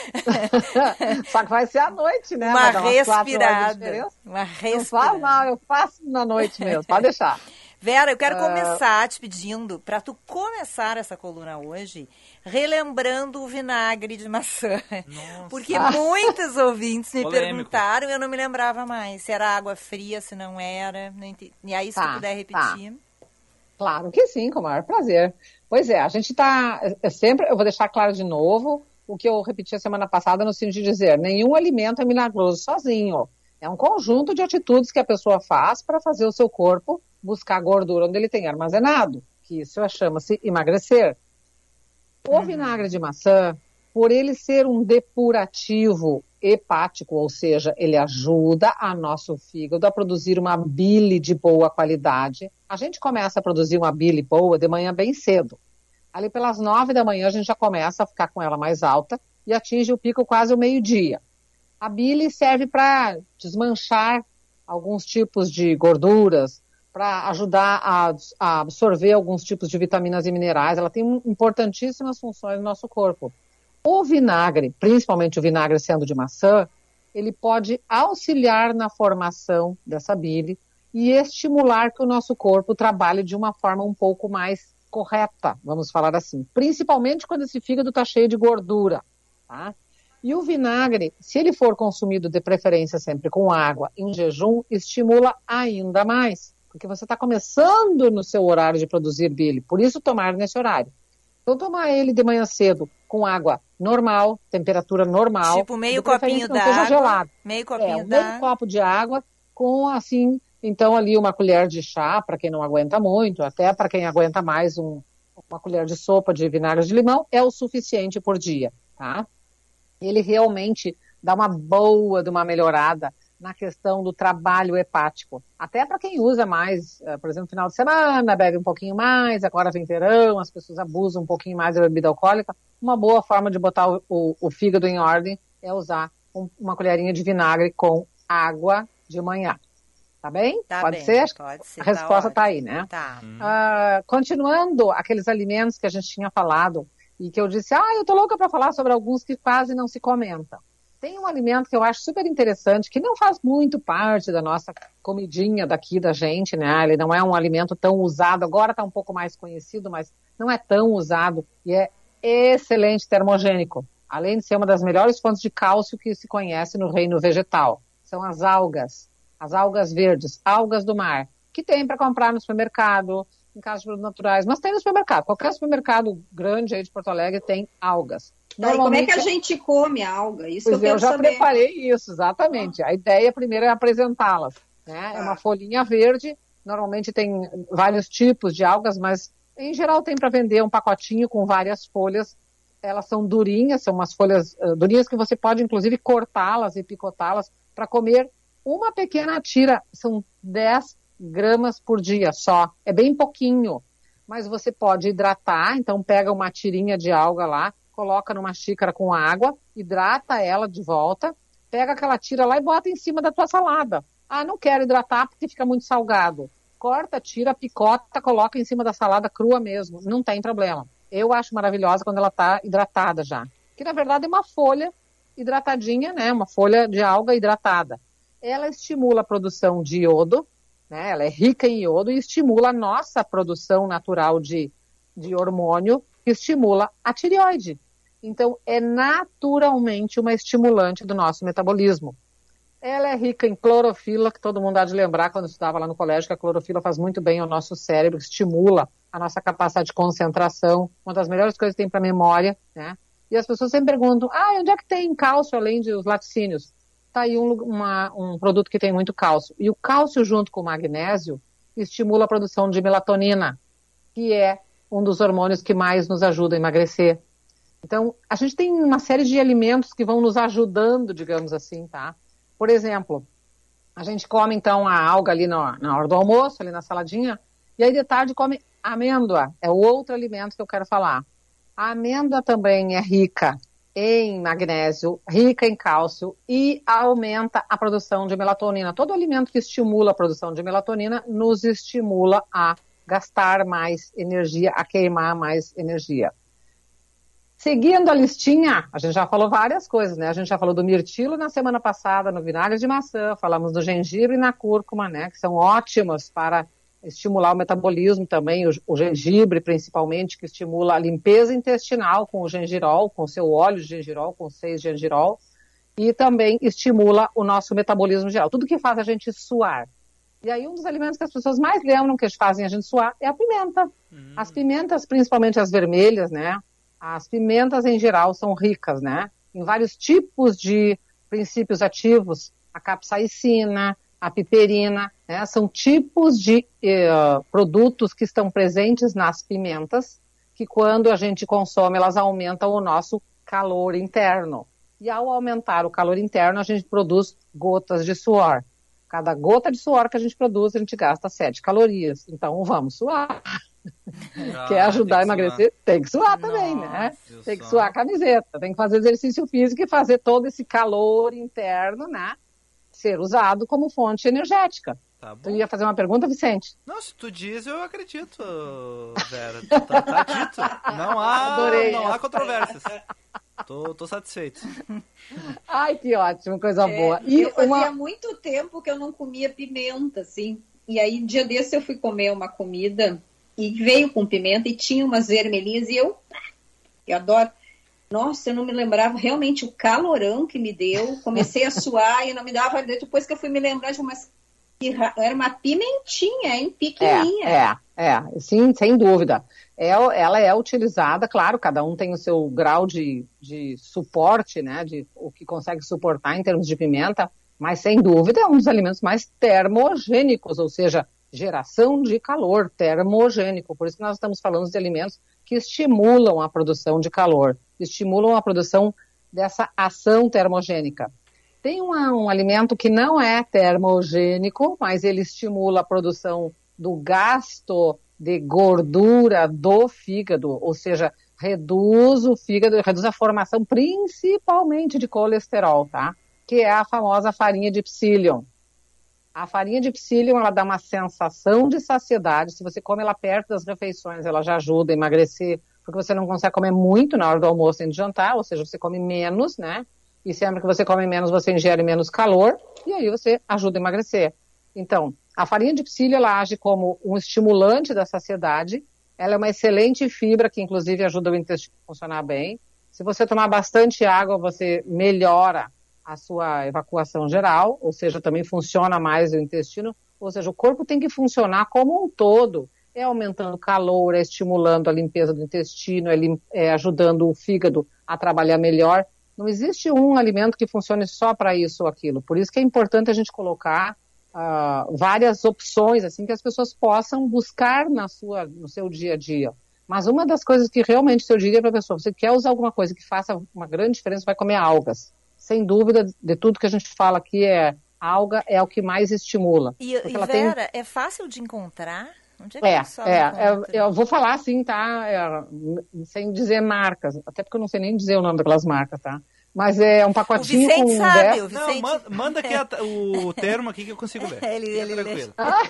Só que vai ser à noite, né? Uma Vai dar umas quatro horas de respirada. diferença. Uma Não faz respirada. mal, eu faço na noite mesmo, pode deixar. Vera, eu quero Ah. começar te pedindo para tu começar essa coluna hoje relembrando o vinagre de maçã. Nossa. Porque muitos ouvintes me Polêmico. perguntaram e eu não me lembrava mais se era água fria, se não era. Não ente- E aí, se Tá, tu puder repetir. Claro que sim, com o maior prazer. Pois é, a gente está sempre, eu vou deixar claro de novo o que eu repeti a semana passada no sentido de dizer, nenhum alimento é milagroso sozinho. É um conjunto de atitudes que a pessoa faz para fazer o seu corpo buscar gordura onde ele tem armazenado, que isso chama-se emagrecer. O vinagre de maçã, por ele ser um depurativo hepático, ou seja, ele ajuda a nosso fígado a produzir uma bile de boa qualidade. A gente começa a produzir uma bile boa de manhã bem cedo. Ali pelas nove da manhã a gente já começa a ficar com ela mais alta e atinge o pico quase ao meio-dia. A bile serve para desmanchar alguns tipos de gorduras, para ajudar a, a absorver alguns tipos de vitaminas e minerais. Ela tem um, importantíssimas funções no nosso corpo. O vinagre, principalmente o vinagre sendo de maçã, ele pode auxiliar na formação dessa bile e estimular que o nosso corpo trabalhe de uma forma um pouco mais correta, vamos falar assim. Principalmente quando esse fígado está cheio de gordura, tá? E o vinagre, se ele for consumido de preferência sempre com água, em jejum, estimula ainda mais. Porque você está começando no seu horário de produzir bile, por isso tomar nesse horário. Então tomar ele de manhã cedo com água normal, temperatura normal. Tipo meio de preferência copinho não seja d'água. gelado. Meio É, copinho um d'água. meio copo de água com assim, então ali uma colher de chá, para quem não aguenta muito, até para quem aguenta mais um, uma colher de sopa de vinagre de limão, é o suficiente por dia, tá? Ele realmente dá uma boa de uma melhorada na questão do trabalho hepático. Até para quem usa mais, por exemplo, no final de semana, bebe um pouquinho mais, agora vem verão, as pessoas abusam um pouquinho mais da bebida alcoólica. Uma boa forma de botar o, o, o fígado em ordem é usar um, uma colherinha de vinagre com água de manhã. Tá bem? Tá pode bem, ser? pode ser, A resposta tá tá aí, né? Tá. Ah, continuando aqueles alimentos que a gente tinha falado e que eu disse, ah, eu tô louca para falar sobre alguns que quase não se comentam. Tem um alimento que eu acho super interessante, que não faz muito parte da nossa comidinha daqui da gente, né? Ele não é um alimento tão usado, agora está um pouco mais conhecido, mas não é tão usado e é excelente termogênico. Além de ser uma das melhores fontes de cálcio que se conhece no reino vegetal. São as algas, as algas verdes, algas do mar, que tem para comprar no supermercado, em casas de produtos naturais, mas tem no supermercado. Qualquer supermercado grande aí de Porto Alegre tem algas. Tá, e como é que a gente come a alga? Isso Pois que eu eu quero já saber. preparei isso, exatamente. A ideia primeiro é apresentá-las, né? É uma folhinha verde, normalmente tem vários tipos de algas, mas em geral tem para vender um pacotinho com várias folhas. Elas são durinhas, são umas folhas uh, durinhas que você pode inclusive cortá-las e picotá-las para comer uma pequena tira. São dez gramas por dia só. É bem pouquinho, mas você pode hidratar, então pega uma tirinha de alga lá, coloca numa xícara com água, hidrata ela de volta, pega aquela tira lá e bota em cima da tua salada. Ah, não quero hidratar porque fica muito salgado. Corta, tira, picota, coloca em cima da salada crua mesmo. Não tem problema. Eu acho maravilhosa quando ela está hidratada já. Que na verdade é uma folha hidratadinha, né? Uma folha de alga hidratada. Ela estimula a produção de iodo, né? Ela é rica em iodo e estimula a nossa produção natural de, de hormônio, que estimula a tireoide. Então, é naturalmente uma estimulante do nosso metabolismo. Ela é rica em clorofila, que todo mundo há de lembrar quando estudava lá no colégio, que a clorofila faz muito bem ao nosso cérebro, estimula a nossa capacidade de concentração, uma das melhores coisas que tem para a memória, né? E as pessoas sempre perguntam, ah, onde é que tem cálcio além dos laticínios? Está aí um, uma, um produto que tem muito cálcio. E o cálcio junto com o magnésio estimula a produção de melatonina, que é um dos hormônios que mais nos ajuda a emagrecer. Então, a gente tem uma série de alimentos que vão nos ajudando, digamos assim, tá? Por exemplo, a gente come, então, a alga ali na, na hora do almoço, ali na saladinha, e aí de tarde come amêndoa. É o outro alimento que eu quero falar. A amêndoa também é rica em magnésio, rica em cálcio e aumenta a produção de melatonina. Todo alimento que estimula a produção de melatonina nos estimula a gastar mais energia, a queimar mais energia. Seguindo a listinha, a gente já falou várias coisas, né? A gente já falou do mirtilo na semana passada, no vinagre de maçã, falamos do gengibre e na cúrcuma, né? Que são ótimos para estimular o metabolismo também, o, o gengibre principalmente, que estimula a limpeza intestinal com o gengirol, com o seu óleo de gengirol, com seis gengirol, e também estimula o nosso metabolismo geral, tudo que faz a gente suar. E aí um dos alimentos que as pessoas mais lembram que fazem a gente suar é a pimenta. Hum. As pimentas, principalmente as vermelhas, né? As pimentas em geral são ricas, né? Em vários tipos de princípios ativos, a capsaicina, a piperina, né? São tipos de uh, produtos que estão presentes nas pimentas, que quando a gente consome, elas aumentam o nosso calor interno. E ao aumentar o calor interno, a gente produz gotas de suor. Cada gota de suor que a gente produz, a gente gasta sete calorias. Então, vamos suar. Ah, Quer ajudar a emagrecer? Suar. Tem que suar também, Nossa, né? Tem que suar a camiseta, tem que fazer exercício físico e fazer todo esse calor interno, né? Ser usado como fonte energética. Tá bom. Tu ia fazer uma pergunta, Vicente? Não, se tu diz, eu acredito, Vera. Tá, tá dito. Não há, Adorei não essa. há controvérsias. Tô, tô satisfeito. Ai, que ótimo, coisa é, boa. E eu fazia uma... muito tempo que eu não comia pimenta, assim. E aí, um dia desse, eu fui comer uma comida e veio com pimenta e tinha umas vermelhinhas e eu, eu adoro. Nossa, eu não me lembrava realmente o calorão que me deu. Comecei a suar e não me dava. Depois que eu fui me lembrar de umas. Era uma pimentinha, hein? Pequenininha. É, é, é. Sim, sem dúvida. É, ela é utilizada, claro, cada um tem o seu grau de, de suporte, né? De o que consegue suportar em termos de pimenta, mas sem dúvida é um dos alimentos mais termogênicos, ou seja, geração de calor termogênico. Por isso que nós estamos falando de alimentos que estimulam a produção de calor, estimulam a produção dessa ação termogênica. Tem uma, um alimento que não é termogênico, mas ele estimula a produção do gasto de gordura do fígado, ou seja, reduz o fígado, reduz a formação principalmente de colesterol, tá? Que é a famosa farinha de psyllium. A farinha de psyllium, ela dá uma sensação de saciedade. Se você come ela perto das refeições, ela já ajuda a emagrecer, porque você não consegue comer muito na hora do almoço e do jantar, ou seja, você come menos, né? E sempre que você come menos, você ingere menos calor, e aí você ajuda a emagrecer. Então, a farinha de psyllium, ela age como um estimulante da saciedade. Ela é uma excelente fibra, que inclusive ajuda o intestino a funcionar bem. Se você tomar bastante água, você melhora a sua evacuação geral, ou seja, também funciona mais o intestino. Ou seja, o corpo tem que funcionar como um todo. É aumentando o calor, é estimulando a limpeza do intestino, é, lim- é ajudando o fígado a trabalhar melhor. Não existe um alimento que funcione só para isso ou aquilo. Por isso que é importante a gente colocar uh, várias opções, assim, que as pessoas possam buscar na sua, no seu dia a dia. Mas uma das coisas que realmente eu diria para a pessoa, você quer usar alguma coisa que faça uma grande diferença, vai comer algas. Sem dúvida, de tudo que a gente fala aqui, é alga é o que mais estimula. E, e ela Vera, tem... é fácil de encontrar? Onde é que É, pessoal é, encontra? é, eu vou falar assim, tá? É, sem dizer marcas, até porque eu não sei nem dizer o nome daquelas marcas, tá? Mas é um pacotinho o Vicente com sabe, dez... o Vicente... Não, manda, manda aqui a, o termo aqui que eu consigo ler. ele ele tranquilo.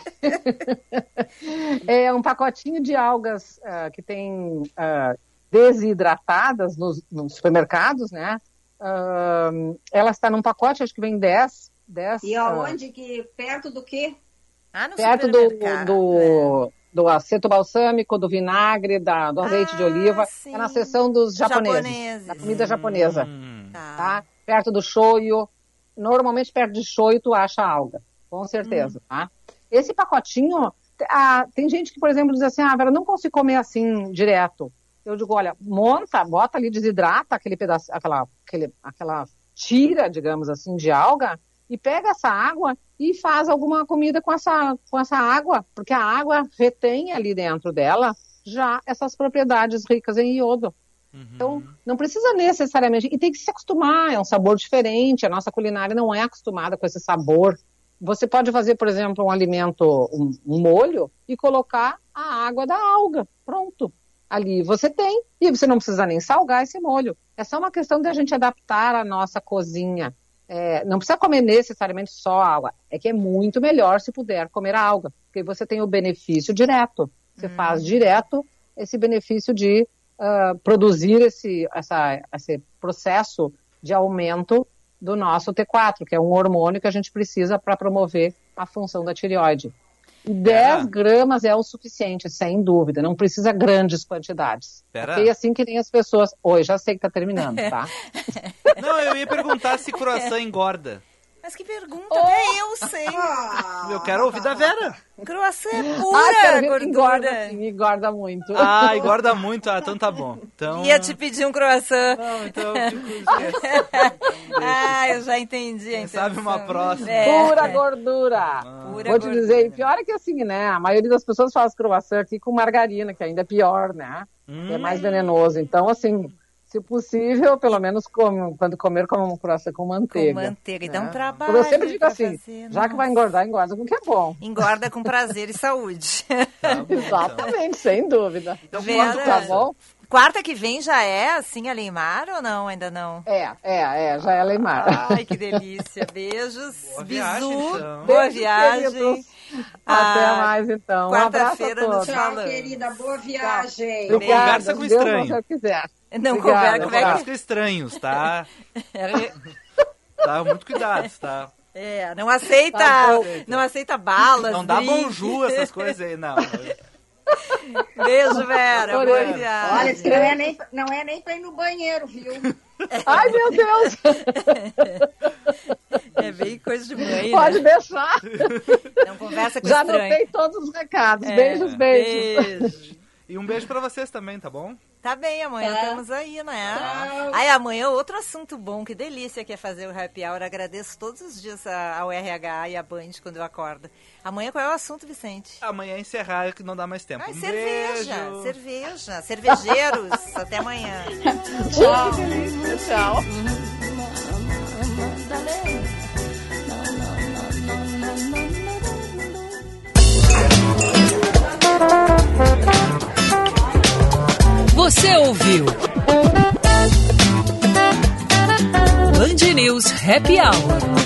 É um pacotinho de algas uh, que tem uh, desidratadas nos, nos supermercados, né? Uh, ela está num pacote, acho que vem dez. dez E aonde? Uh, que, perto do quê? Ah, no perto do, do, é. do aceto balsâmico, do vinagre, da, do azeite ah, de oliva. Sim. É na seção dos japoneses, japoneses. da comida japonesa. Hum. Tá. Tá? Perto do shoyu. Normalmente perto de shoyu tu acha alga, com certeza. Hum. Tá? Esse pacotinho, ah, tem gente que, por exemplo, diz assim, ah, Vera, não consigo comer assim direto. Eu digo, olha, monta, bota ali, desidrata aquele pedaço, aquela, aquele, aquela tira, digamos assim, de alga, e pega essa água e faz alguma comida com essa, com essa água, porque a água retém ali dentro dela já essas propriedades ricas em iodo. Uhum. Então, não precisa necessariamente, e tem que se acostumar, é um sabor diferente, a nossa culinária não é acostumada com esse sabor. Você pode fazer, por exemplo, um alimento, um, um molho, e colocar a água da alga, pronto. Ali você tem, e você não precisa nem salgar esse molho. É só uma questão de a gente adaptar a nossa cozinha. É, não precisa comer necessariamente só água. É que é muito melhor se puder comer a alga, porque você tem o benefício direto. Você hum. faz direto esse benefício de uh, produzir esse, essa, esse processo de aumento do nosso T quatro, que é um hormônio que a gente precisa para promover a função da tireoide. dez é. gramas é o suficiente, sem dúvida. Não precisa grandes quantidades. E assim que nem as pessoas... Oi, já sei que tá terminando, tá? Não, eu ia perguntar se croissant engorda. Mas que pergunta, oh. até eu sei. Eu quero ouvir da Vera. Croissant é pura ah, gordura. Engorda, sim, engorda muito. Ah, engorda muito. Ah, então tá bom. Então... Ia te pedir um croissant. Não, então eu fico... Ah, eu já entendi a intenção. Sabe uma próxima. É. Pura gordura. Ah. Pura Vou te gordura. dizer, pior é que assim, né? A maioria das pessoas faz croissant aqui com margarina, que ainda é pior, né? Hum. É mais venenoso. Então, assim... Se possível, pelo menos como, quando comer, como um croissant com manteiga. Com manteiga, e dá um né? trabalho. Eu sempre digo assim, fazer, já nossa. que vai engordar, engorda com o que é bom. Engorda com prazer e saúde. Tá bom, exatamente, então. Sem dúvida. Então, Vera, tá bom? Quarta que vem já é assim a Leimar ou não? Ainda não? É, é, é, já é a Leimar. Ai, que delícia. Beijos. Boa Bizu. Viagem, então. Boa Beijos, viagem. Queridos. Até ah, mais, então. Quarta-feira um nos Tchau, falamos. querida. Boa viagem. Não conversa com estranho. Deus, quiser. Não Obrigada, conversa, Não como é conversa que... com estranhos, tá? Tá, muito cuidado, tá? É, não aceita, Tá não aceita balas. Não dá drink. bonjour, essas coisas aí, não. Beijo, Vera. Boa Adorei. viagem. Olha, isso não é, nem, não é nem pra ir no banheiro, viu? Ai, meu Deus! É bem coisa de mãe, Pode né? deixar. Não conversa com Já estranho. anotei todos os recados. É, Beijos, beijos. Beijo. E um beijo pra vocês também, tá bom? Tá bem, amanhã Tá. estamos aí, né? Tchau. Aí amanhã outro assunto bom, que delícia que é fazer o Happy Hour. Agradeço todos os dias a- ao R H e a Band quando eu acordo. Amanhã qual é o assunto, Vicente? Amanhã encerrar, que não dá mais tempo. Ai, Um cerveja, beijo. cerveja, cervejeiros. Até amanhã. Tchau. Que delícia. Tchau. Você ouviu Band News Happy Hour.